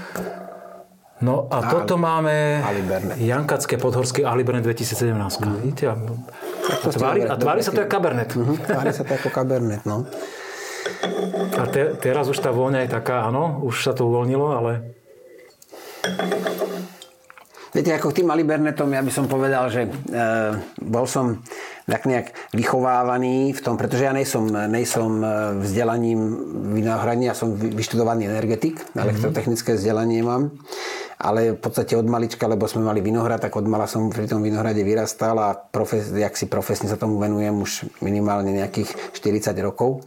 No a, a toto máme Alibernet. Jankacké podhorské Alibernet dvetisícsedemnásť. Uh-huh. Vidíte? A, a tvári, a tvári sa to ako Cabernet. Uh-huh. Tvári sa to ako Cabernet, no. A te, teraz už tá vôňa je taká, áno, už sa to uvoľnilo, ale... Viete, ako k tým Alibernetom, ja by som povedal, že e, bol som tak nejak vychovávaný v tom, pretože ja nejsom, nejsom vzdelaním vinohradní, ja som vyštudovaný energetik, elektrotechnické vzdelanie mám, ale v podstate od malička, lebo sme mali vinohrad, tak od mala som pri tom vinohrade vyrastal a profes, jak si profesne sa tomu venujem už minimálne nejakých štyridsať rokov.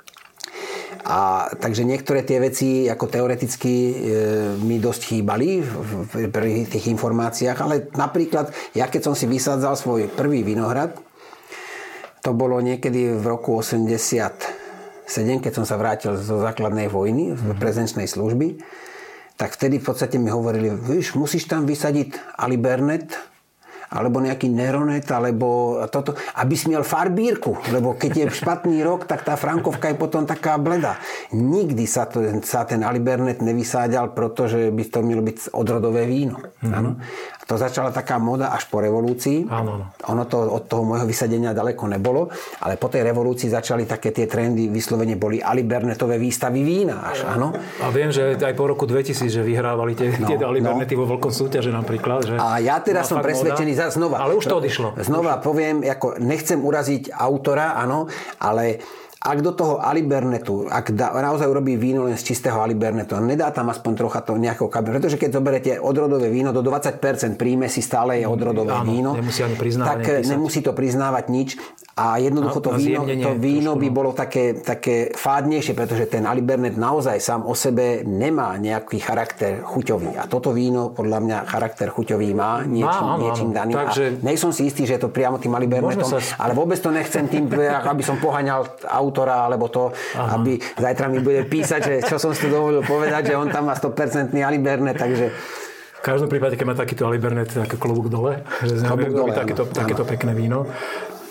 A takže niektoré tie veci ako teoreticky e, mi dosť chýbali pri tých informáciách, ale napríklad ja keď som si vysádzal svoj prvý vinohrad, to bolo niekedy v roku osemdesiatsedem, keď som sa vrátil zo základnej vojny, z prezenčnej služby, tak vtedy v podstate mi hovorili, víš, musíš tam vysadiť Alibernet, alebo nejaký Neronet, alebo toto, aby si miel farbírku, lebo keď je špatný rok, tak tá frankovka je potom taká bleda. Nikdy sa, to, sa ten Alibernet nevysáďal, pretože by to malo byť odrodové víno. Mm-hmm. To začala taká moda až po revolúcii. Áno. Ono to od toho môjho vysadenia ďaleko nebolo, ale po tej revolúcii začali také tie trendy, vyslovene boli Alibernetové výstavy vína až, áno. A viem, že aj po roku dvetisíc, že vyhrávali tie, no, tie Alibernety no. vo veľkom súťaže napríklad. Že a ja teraz som presvedčený za znova. Ale už to odišlo. Znova poviem, ako nechcem uraziť autora, áno, ale ak do toho Alibernetu, ak da, naozaj urobí víno len z čistého Alibernetu, nedá tam aspoň trocha to nejakého kabernetu, pretože keď zoberete odrodové víno, do dvadsať percent príjme si stále je odrodové áno, víno, nemusí ani priznávať, tak nemusí to priznávať nič a jednoducho to víno, to víno by bolo také, také fádnejšie, pretože ten Alibernet naozaj sám o sebe nemá nejaký charakter chuťový a toto víno podľa mňa charakter chuťový má niečím, áno, niečím áno. daným Takže... a nejsom si istý, že je to priamo tým Alibernetom, sa... ale vôbec to nechcem tým, aby som poháňal autora, alebo to, aha. aby zajtra mi bude písať, že čo som si to dovolil povedať, že on tam má sto percent Alibernet, takže... V každom prípade, keď má takýto Alibernet, taký klobúk dole, že sme dole, takéto, takéto pekné víno.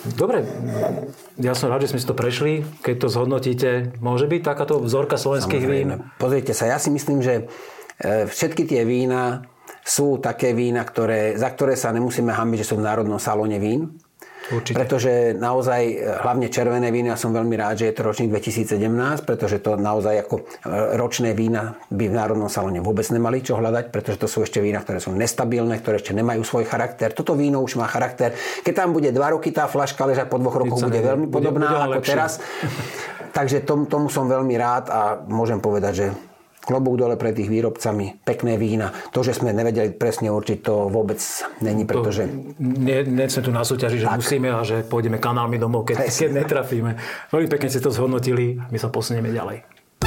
Dobre, ja som rád, že sme si to prešli. Keď to zhodnotíte, môže byť takáto vzorka slovenských vín? Pozrite sa, ja si myslím, že všetky tie vína sú také vína, ktoré, za ktoré sa nemusíme hanbiť, že sú v Národnom salóne vín. Určite. Pretože naozaj, hlavne červené víny, ja som veľmi rád, že je to ročník dvetisícsedemnásť, pretože to naozaj ako ročné vína by v Národnom salóne vôbec nemali čo hľadať, pretože to sú ešte vína, ktoré sú nestabilné, ktoré ešte nemajú svoj charakter. Toto víno už má charakter. Keď tam bude dva roky tá fľaška ležať, po dvoch rokoch bude veľmi podobná bude, bude ako lepšie. Teraz. Takže tom, tomu som veľmi rád a môžem povedať, že klobúk dole pred tých výrobcami, pekné vína. To, že sme nevedeli presne určiť, to vôbec není, pretože... Nie, nie sme tu na súťaži, že tak. Musíme a že pôjdeme kanálmi domov, keď, keď netrafíme. Veľmi pekne ste to zhodnotili, my sa posunieme ďalej.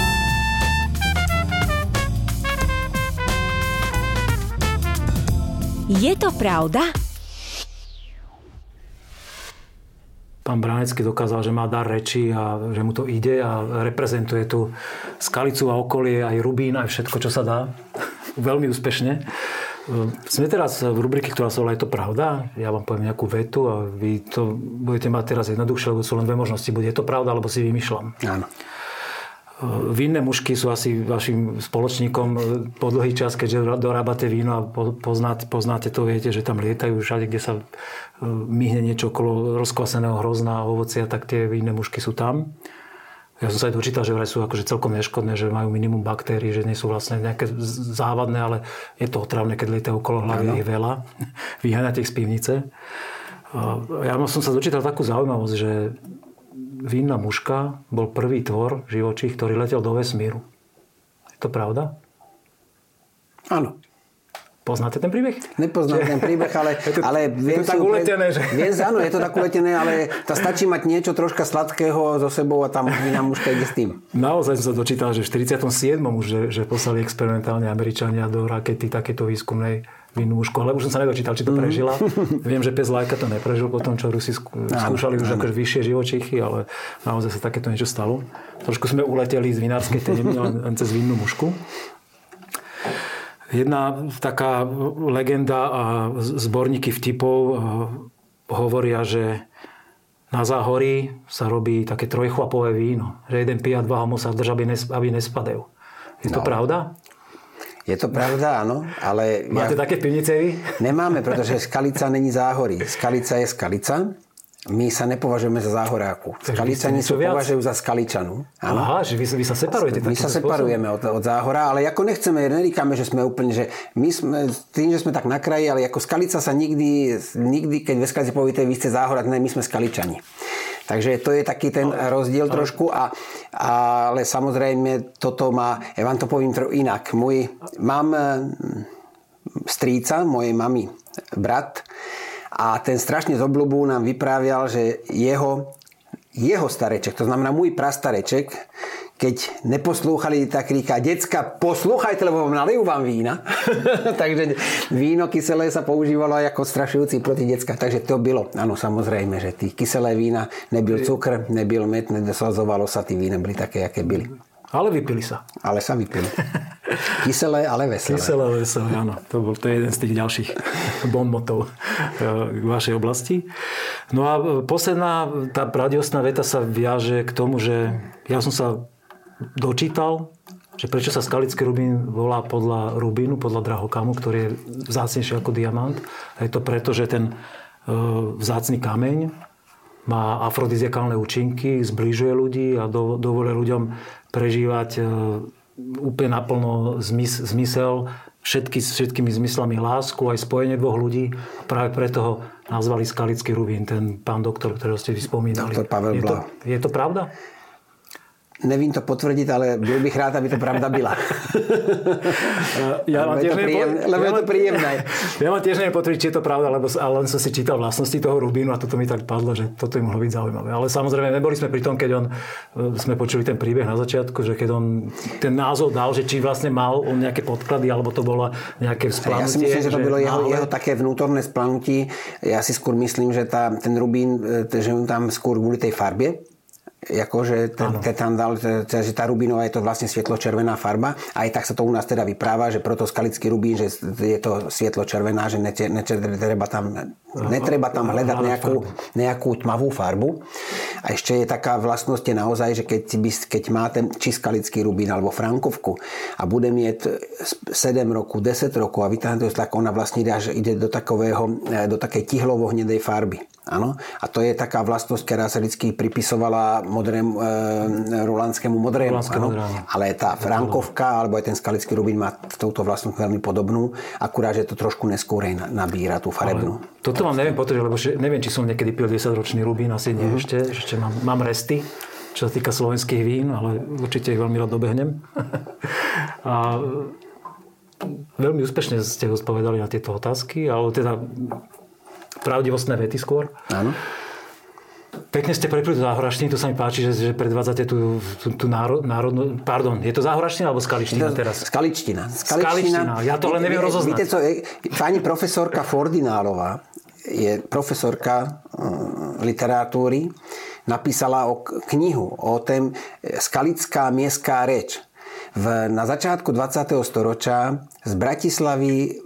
Je to pravda? Pán Branecký dokázal, že má dar reči a že mu to ide a reprezentuje tu Skalicu a okolie, aj Rubín, aj všetko, čo sa dá. Veľmi úspešne. Sme teraz v rubrike, ktorá sa volá Je to pravda? Ja vám poviem nejakú vetu a vy to budete mať teraz jednoduchšie, lebo sú len dve možnosti. Bude je to pravda, alebo si vymýšľam. Áno. Vínne mušky sú asi vašim spoločníkom po dlhý čas, keďže dorábate víno a poznáte, poznáte to, viete, že tam lietajú všade, kde sa myhne niečo okolo rozkvaseného hrozna a ovocia, tak tie vínne mušky sú tam. Ja som sa aj dočítal, že vraj sú akože celkom neškodné, že majú minimum baktérií, že nie sú vlastne nejaké závadné, ale je to otravné, keď lietajú okolo hlavy, ich veľa. Vyháňate ich z pivnice. Ja som sa dočítal takú zaujímavosť, že vínna muška bol prvý tvor živočích, ktorý letel do vesmíru. Je to pravda? Áno. Poznáte ten príbeh? Nepoznám ten príbeh, ale... Je to, ale je to tak uletené, že... Viem, áno, je to tak uletené, ale to stačí mať niečo troška sladkého so sebou a tam vínna muška ide s tým. Naozaj som sa dočítal, že v štyridsiatom siedmom už, že, že poslali experimentálne Američania do rakety takéto výskumnej vinnú mušku, ale už som sa nedočítal, či to prežila. Mm. Viem, že pes Lajka to neprežil potom, čo Rusi skúšali už akože vyššie živočichy, ale naozaj sa takéto niečo stalo. Trošku sme uleteli z vinárskej témy, len cez vinnú mušku. Jedna taká legenda a zborníky vtipov hovoria, že na Záhorí sa robí také trojchlapové víno. Že jeden pije a dva ho musia držať, aby nespadajú. Je to no. pravda? Je to pravda, áno, ale... Máte ja... také pivnice vy? Nemáme, pretože Skalica není Záhorí. Skalica je Skalica. My sa nepovažujeme za záhoráku. Skalicani sa považujú za Skaličanu. Áno. Aha, že vy, vy sa separujete. My sa separujeme od, od Záhora, ale ako nechceme, neríkame, že sme úplne, že my sme, tým, že sme tak na kraji, ale ako Skalica sa nikdy, nikdy keď ve Skalici poviete, vy ste Záhora, ne, my sme Skaličani. Takže to je taký ten rozdiel trošku, a, ale samozrejme toto má, ja vám to poviem trochu inak. Môj, mám strýca, mojej mamy brat, a ten strašne z obľubu nám vyprávial, že jeho, jeho stareček, to znamená môj prastareček, keď neposlúchali, tak říká, decka, poslúchajte, lebo nalejú vám vína. Takže víno kyselé sa používalo aj ako strašujúci proti decka. Takže to bylo, áno, samozrejme, že tí kyselé vína, nebyl cukr, nebyl med, nedosazovalo sa, tí vína byli také, aké byli. Ale vypili sa. Ale sa vypili. Kyselé, ale veselé. Kyselé, veselé, áno. To, bol, to je jeden z tých ďalších bonmotov k vašej oblasti. No a posledná, tá radiostná veta sa viaže k tomu, že ja som sa dočítal, že prečo sa skalický rubín volá podľa rubínu, podľa drahokamu, ktorý je vzácnejší ako diamant. A je to preto, že ten vzácny kameň má afrodiziakálne účinky, zbližuje ľudí a do, dovoluje ľuďom prežívať úplne naplno zmys, zmysel všetky, všetkými zmyslami lásku, aj spojenie dvoch ľudí. A práve preto ho nazvali skalický rubín, ten pán doktor, ktorého ste vyspomínali. Doktor Pavel Blau. Je to pravda? Nevím to potvrdiť, ale byl bych rád, aby to pravda byla. Ja lebo, je to príjemné, lebo ja je to príjemné. Ja mám tiež neviem potvrdiť, či je to pravda, lebo len som si čítal vlastnosti toho rubínu a toto mi tak padlo, že toto by mohlo byť zaujímavé. Ale samozrejme, neboli sme pri tom, keď on, sme počuli ten príbeh na začiatku, že keď on ten názov dal, že či vlastne mal on nejaké podklady, alebo to bolo nejaké splanutie. Ja si myslím, že to bolo jeho, jeho také vnútorné splanutí. Ja si skôr myslím, že tá, ten rubín, že on tam skôr kvôli tej farbe. akože ten, ten tam dal, že tá rubínová je to vlastne svietlo-červená farba. Aj tak sa to u nás teda vypráva, že proto skalický rubín, že je to svietlo-červená, že netreba tam, netreba tam hľadať nejakú, nejakú tmavú farbu. A ešte je taká vlastnosť je naozaj, že keď, keď máte či skalický rubín alebo frankovku a bude mieť sedem rokov, desať rokov a vytáhne to, tak ona vlastne ide, až ide do takového, do takej tihlovo-hnedej farby. Áno? A to je taká vlastnosť, ktorá sa vždy pripisovala modrému, e, rolandskému modrému. Ale tá frankovka, alebo aj ten skalický rubín má touto vlastnosť veľmi podobnú, akurát, že to trošku neskôr nabíra tú farebnú. Ale toto vám neviem potvrdiť, lebo neviem, či som niekedy pil desaťročný rubín, asi nie mm. ešte. Ešte mám, mám resty, čo sa týka slovenských vín, ale určite ich veľmi rád dobehnem. A veľmi úspešne ste odpovedali na tieto otázky, ale teda pravdivostné vety skôr. Áno. Pekne ste prepli do záhoraštiny, to sa mi páči, že, že predvádzate tú, tú, tú náro, národnú... Pardon, je to záhoraština alebo skaličtina teraz? Skaličtina. Skaličtina. Ja to len neviem rozoznať. Víte co, pani profesorka Fordinálová je profesorka uh, literatúry, napísala o knihu o tém skalická miestská reč. V, na začiatku dvadsiateho storočia z Bratislavy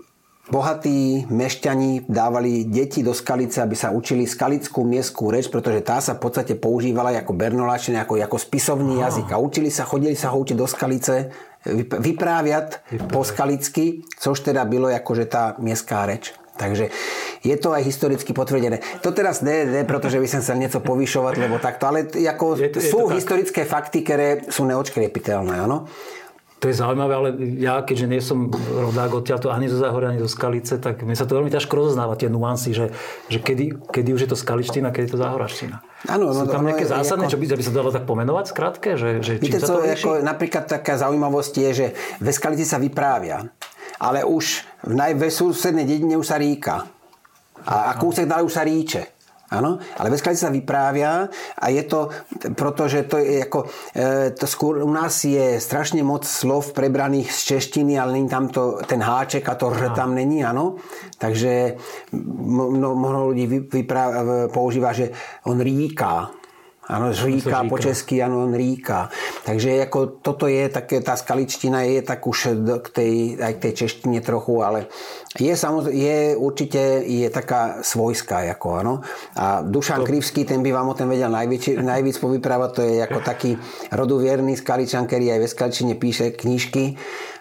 bohatí mešťani dávali deti do Skalice, aby sa učili skalickú miestskú reč, pretože tá sa v podstate používala ako bernoláčina, ako, ako spisovný Aha. jazyk. A učili sa, chodili sa ho učiť do Skalice, vypráviať po skalicky, což teda bylo akože tá miestská reč. Takže je to aj historicky potvrdené. To teraz ne, ne pretože by som chcel niečo povyšovať, lebo takto, ale ako je to, je sú historické tak. fakty, ktoré sú neodškriepiteľné, áno. To je zaujímavé, ale ja, keďže nie som rodák odtiaľto ani zo Záhoria, ani zo Skalice, tak mi sa to veľmi ťažko rozoznávať, tie nuancy, že, že kedy, kedy už je to skaličtina, kedy je to záhoraština. Áno, sú tam nejaké zásadné, ako, čo by, by sa dalo tak pomenovať skrátke? Že, že víte, co, ako, napríklad taká zaujímavosť je, že ve Skalici sa vyprávia, ale už v najvesúsednej dedine už sa ríka. A, a kúsek ďalej už sa ríče. Áno, ale ve Skalici sa vyprávia a je to, pretože to je ako, e, to skôr u nás je strašne moc slov prebraných z češtiny, ale není tam to, ten háček a to r tam není, áno. Takže mnoho, mnoho ľudí vypráv, používa, že on ríká. Áno, říká po česky, áno, on ríká. Takže ako toto je také, tá skaličtina je tak už k tej, aj k tej češtine trochu, ale je samozrejme, je určite je taká svojská, ako áno. A Dušan to... Krivský, ten by vám o tom vedel najvíc, najvíc povyprávať, to je ako taký roduvierný skaličan, ktorý aj ve skaličine píše knižky.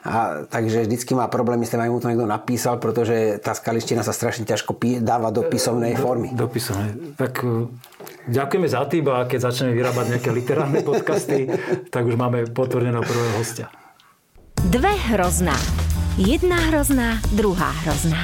A takže vždycky má problémy s tým, aj mu to niekto napísal, pretože tá skaličtina sa strašne ťažko pí, dáva do písomnej formy. Do, do písomnej. Tak ďakujeme za tým a keď začneme vyrábať nejaké literárne podcasty, tak už máme potvrdeného prvého hostia. Dve hrozná. Jedna hrozná, druhá hrozná.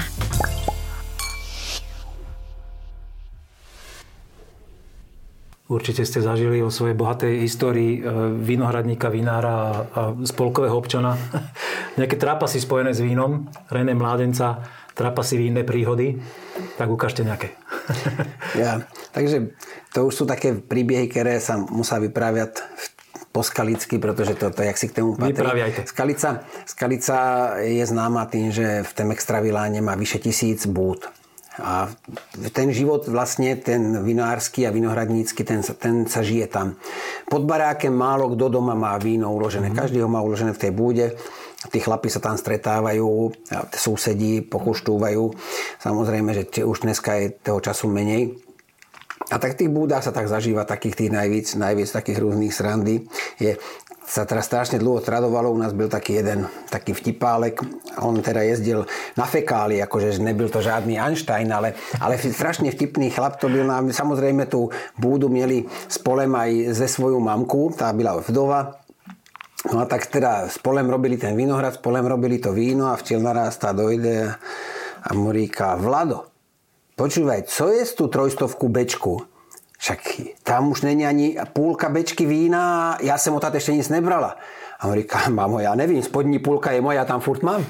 Určite ste zažili o svojej bohatej histórii vinohradníka, vinára a spolkového občana. Nejaké trápasy spojené s vínom, René Mládenca, trápasy vínne príhody. Tak ukážte nejaké. Ja, takže to už sú také príbehy, ktoré sa musia vypráviať po skalicky, pretože to, to jak si k tomu patrí. Vypraviajte. Skalica, Skalica je známa tým, že v tom extraviláne má vyše tisíc búd. A ten život vlastne, ten vinársky a vinohradnícky, ten, ten sa žije tam. Pod barákem málo kto doma má víno uložené. Mm-hmm. Každý ho má uložené v tej búde. Tí chlapi sa tam stretávajú, susedí pokuštúvajú. Samozrejme, že už dneska je toho času menej. A tak v tých búdach sa tak zažíva takých tých najvíc, najvíc takých rôznych srandy. Je, sa teraz strašne dlho tradovalo, u nás byl taký jeden taký vtipálek, on teda jezdil na fekáli, akože nebyl to žiadny Einstein, ale, ale strašne vtipný chlap to byl. Samozrejme tú búdu mieli spolem aj ze svoju mamku, tá byla vdova. No a tak teda spolem robili ten vinohrad, spolem robili to víno a vtiel naraz tá dojde a mu říká: Vlado, počúvaj, co je z tú trojstovku bečku? Však tam už není ani půlka bečky vína, já jsem odtať ešte nic nebrala. A on říká: mamo, já nevím, spodní půlka je moja, tam furt mám.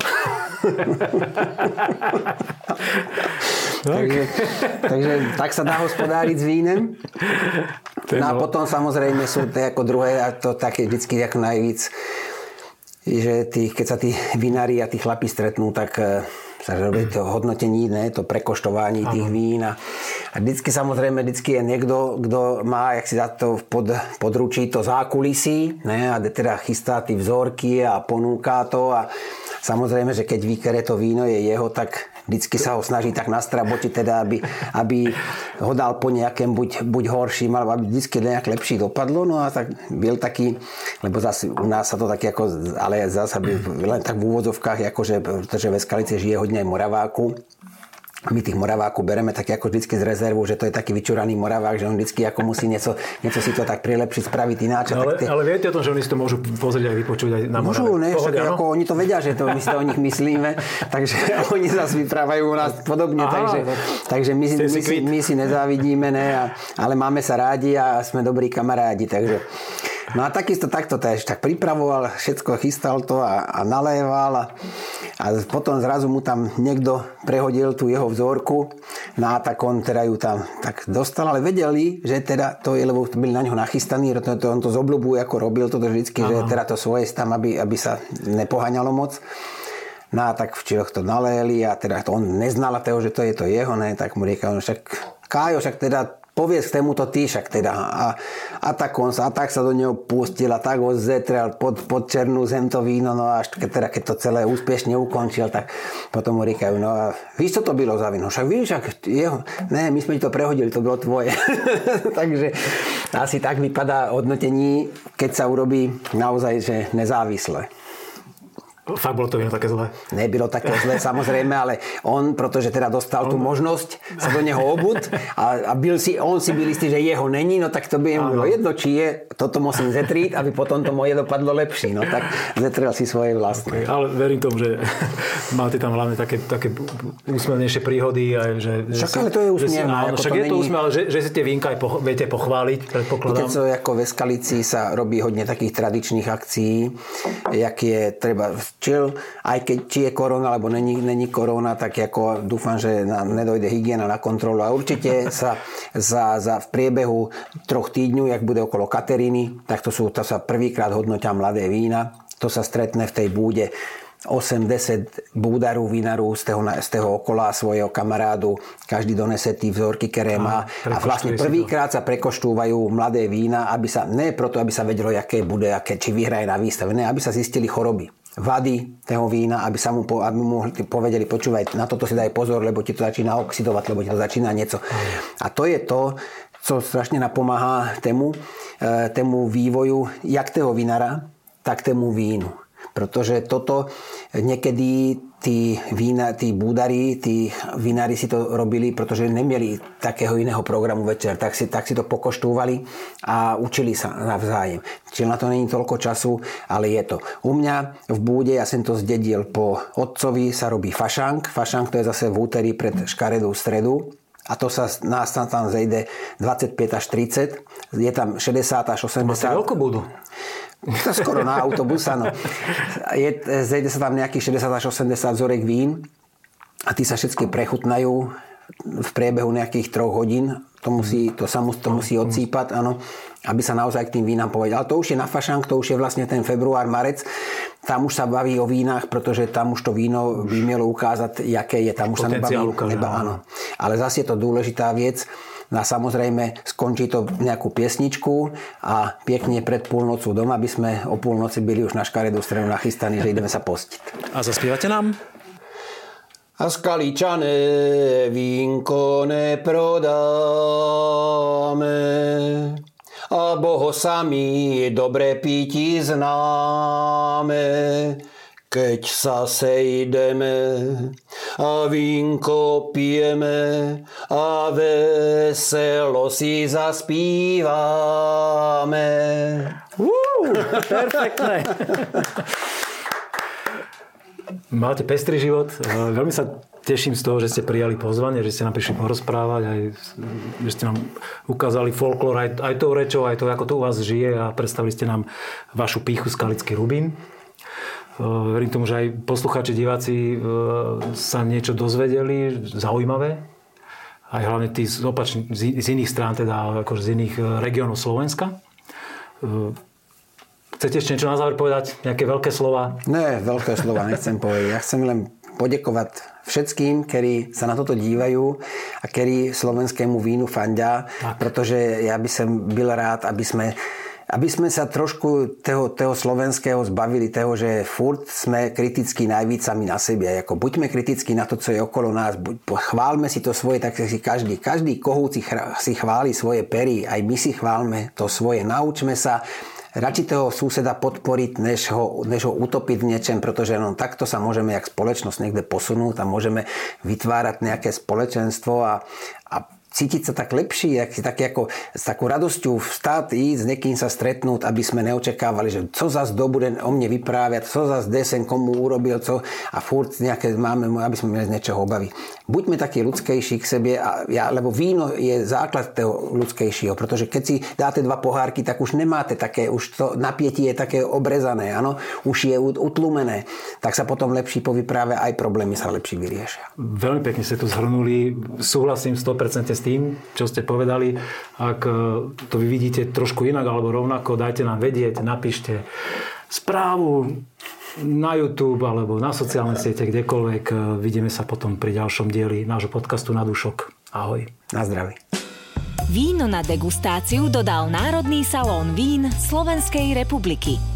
takže, takže tak sa dá hospodáriť s vínem. No a potom samozrejme sú to ako druhé, a to také vždycky ako najvíc, že tí, keď sa tí vinári a tí chlapi stretnú, tak sa robí to hodnotení, ne, to prekoštovanie tých vín a, A vždycky samozrejme, vždycky je niekto, kto má, jak si dá to pod, područí to zákulisí, ne? A teda chystá tie vzorky a ponúka to a samozrejme, že keď ví, ktoré to víno je jeho, tak vždycky sa ho snaží tak nastrabotiť, teda aby, aby ho dal po nejakém buď, buď horším, alebo aby vždycky nejak lepší dopadlo. No a tak byl taký, lebo zase u nás sa to tak ako, ale zase len tak v úvodzovkách, akože, pretože ve Skalici žije hodne aj Moraváku. My tých Moravákov bereme tak ako vždycky z rezervu, že to je taký vyčuraný Moravák, že on vždycky ako musí niečo, niečo si to tak prilepšiť, spraviť ináč. Ale, tie... ale viete o tom, že oni si to môžu pozrieť aj vypočuť aj na Morave? Môžu, ne, však ako oni to vedia, že to, my si to o nich myslíme, takže oni zase vyprávajú u nás podobne, Aha, takže, tak, takže my, my, si, my, my si nezávidíme, ne, a, ale máme sa rádi a sme dobrí kamarádi, takže... No a takisto takto tež tak pripravoval, všetko chystal to a, a naléval a, a potom zrazu mu tam niekto prehodil tú jeho vzorku, no a tak on teda ju tam tak dostal, ale vedeli, že teda to je, lebo byli na ňo nachystaní, to, to, on to z obľubu ako robil toto vždycky, Aha. že teda to svoje tam, aby, aby sa nepoháňalo moc. No a tak v čiloch to naléli a teda to on neznal toho, že to je to jeho, ne, tak mu riekal, však Kájo, však teda povedz k tému to ty však teda. A, a, tak on sa, a tak sa do neho pustil a tak ho zetrel pod, pod černú zem to víno, no a až keď, teda, keď to celé úspešne ukončil, tak potom mu říkajú, no a víš, čo to bylo za víno? Však víš, však jeho, ne, my sme ti to prehodili, to bylo tvoje. Takže asi tak vypadá hodnotení, keď sa urobí naozaj, že nezávisle. Fakt bolo to víno také zlé? Nebylo také zlé, samozrejme, ale on, pretože teda dostal on... tú možnosť sa do neho obud a, a byl si, on si byl istý, že jeho není, no tak to by mu bylo jedno, či je, toto musím zetriť, aby potom to moje dopadlo lepšie. No tak zetrel si svoje vlastné. Okay, ale verím tomu, že máte tam hlavne také, také úsmevnejšie príhody. Aj, že, však ale to je úsmevné. Však je to úsmev, ale že, že si tie vínka aj poch- viete pochváliť, predpokladám. Keď so, ako ve Skalici sa robí hodne takých tradičných akcií, jak je treba chill, aj keď či je korona, alebo není, není korona, tak ako dúfam, že nám nedojde hygiena na kontrolu a určite sa za, za v priebehu troch týždňov, jak bude okolo Kateríny, tak to, sú, to sa prvýkrát hodnotia mladé vína, to sa stretne v tej búde osem desať búdarov vínaru z toho, z toho okola svojho kamarádu, každý donese tí vzorky, ktoré má a vlastne prvýkrát sa prekoštúvajú mladé vína, aby sa, ne proto, aby sa vedelo, aké bude, aké, či vyhraje na výstave, ne, aby sa zistili choroby, vady toho vína, aby sa mu, aby mu povedeli, počúvaj, na toto si daj pozor, lebo ti to začína oxidovať, lebo ti to začína niečo. A to je to, co strašne napomáha tému, tému vývoju jak toho vinára, tak tému vínu. Pretože toto niekedy tí, vína, tí búdari, tí vinári si to robili, pretože nemieli takého iného programu večer, tak si, tak si to pokoštúvali a učili sa navzájem. Čiže na to není toľko času, ale je to. U mňa v búde, ja som to zdedil po otcovi, sa robí fašank. Fašank to je zase v úterý pred škaredú stredu. A to sa nás tam, tam zejde dvadsaťpäť až tridsať. Je tam šesťdesiat až osemdesiat. To máte veľkú budu. To skoro na autobus, áno. Je, zejde sa tam nejakých šesťdesiat až osemdesiat vzorek vín a tí sa všetky prechutnajú v priebehu nejakých troch hodín. To, musí, to sa musí, to musí odsýpať, áno, aby sa naozaj k tým vínam povedal. Ale to už je na fašank, to už je vlastne ten február, marec. Tam už sa baví o vínach, pretože tam už to víno by mielo ukázať, jaké je. Tam už sa nebaví, neba, áno. Ale zase je to dôležitá vec. No a samozrejme skončí to nejakú piesničku a pekne pred púlnocou doma, aby sme o púlnoci byli už na škaredú stredu nachystaní, že ideme sa postiť. A zaspívate nám? A Skaličané vínko neprodáme a boho sami dobre píti známe. Keď sa sejdeme a vínko pijeme a veselo si zaspívame. Uh, perfektné. Máte pestrý život. Veľmi sa teším z toho, že ste prijali pozvanie, že ste nám prišli porozprávať, aj, že ste nám ukázali folklór aj, aj tou rečou, aj to, ako to u vás žije a predstavili ste nám vašu pýchu Skalický Rubín. Verím tomu, že aj poslucháči, diváci sa niečo dozvedeli zaujímavé. Aj hlavne tí z, opačný, z iných strán, teda akože z iných regiónov Slovenska. Chcete ešte niečo na záver povedať? Nejaké veľké slova? Ne, veľké slova nechcem povedať. Ja chcem len poďakovať všetkým, ktorí sa na toto dívajú a ktorí slovenskému vínu fandia, tak. Pretože ja by som byl rád, aby sme aby sme sa trošku toho, toho slovenského zbavili, toho, že furt sme kritickí najvíc sami na sebe. Jako buďme kritickí na to, co je okolo nás. Chválme si to svoje, tak si každý. Každý kohút si chváli svoje pery. Aj my si chválme to svoje. Naučme sa radšej toho suseda podporiť, než ho, než ho utopiť v niečem, pretože no, takto sa môžeme jak spoločnosť niekde posunúť a môžeme vytvárať nejaké spoločenstvo a, a cítiť sa tak lepší, tak ako, s takou radosťou vstať, ísť, s niekým sa stretnúť, aby sme neočakávali, že co zas do bude o mne vypráviať, co zas desen komu urobil, co a furt nejaké máme, aby sme mali z niečoho obavy. Buďme takí ľudskejší k sebe, a ja, lebo víno je základ toho ľudskejšieho, pretože keď si dáte dva pohárky, tak už nemáte také, už to napätie je také obrezané, áno, už je utlumené, tak sa potom lepší povypráve, aj problémy sa lepšie vyriešia. Veľmi pekne ste tu zhrnuli, súhlasím sto percent s tým, čo ste povedali. Ak to vy vidíte trošku inak alebo rovnako, dajte nám vedieť, napíšte správu na YouTube alebo na sociálne siete, kdekoľvek. Vidíme sa potom pri ďalšom dieli nášho podcastu Na dušok. Ahoj. Na zdraví. Víno na degustáciu dodal Národný salón vín Slovenskej republiky.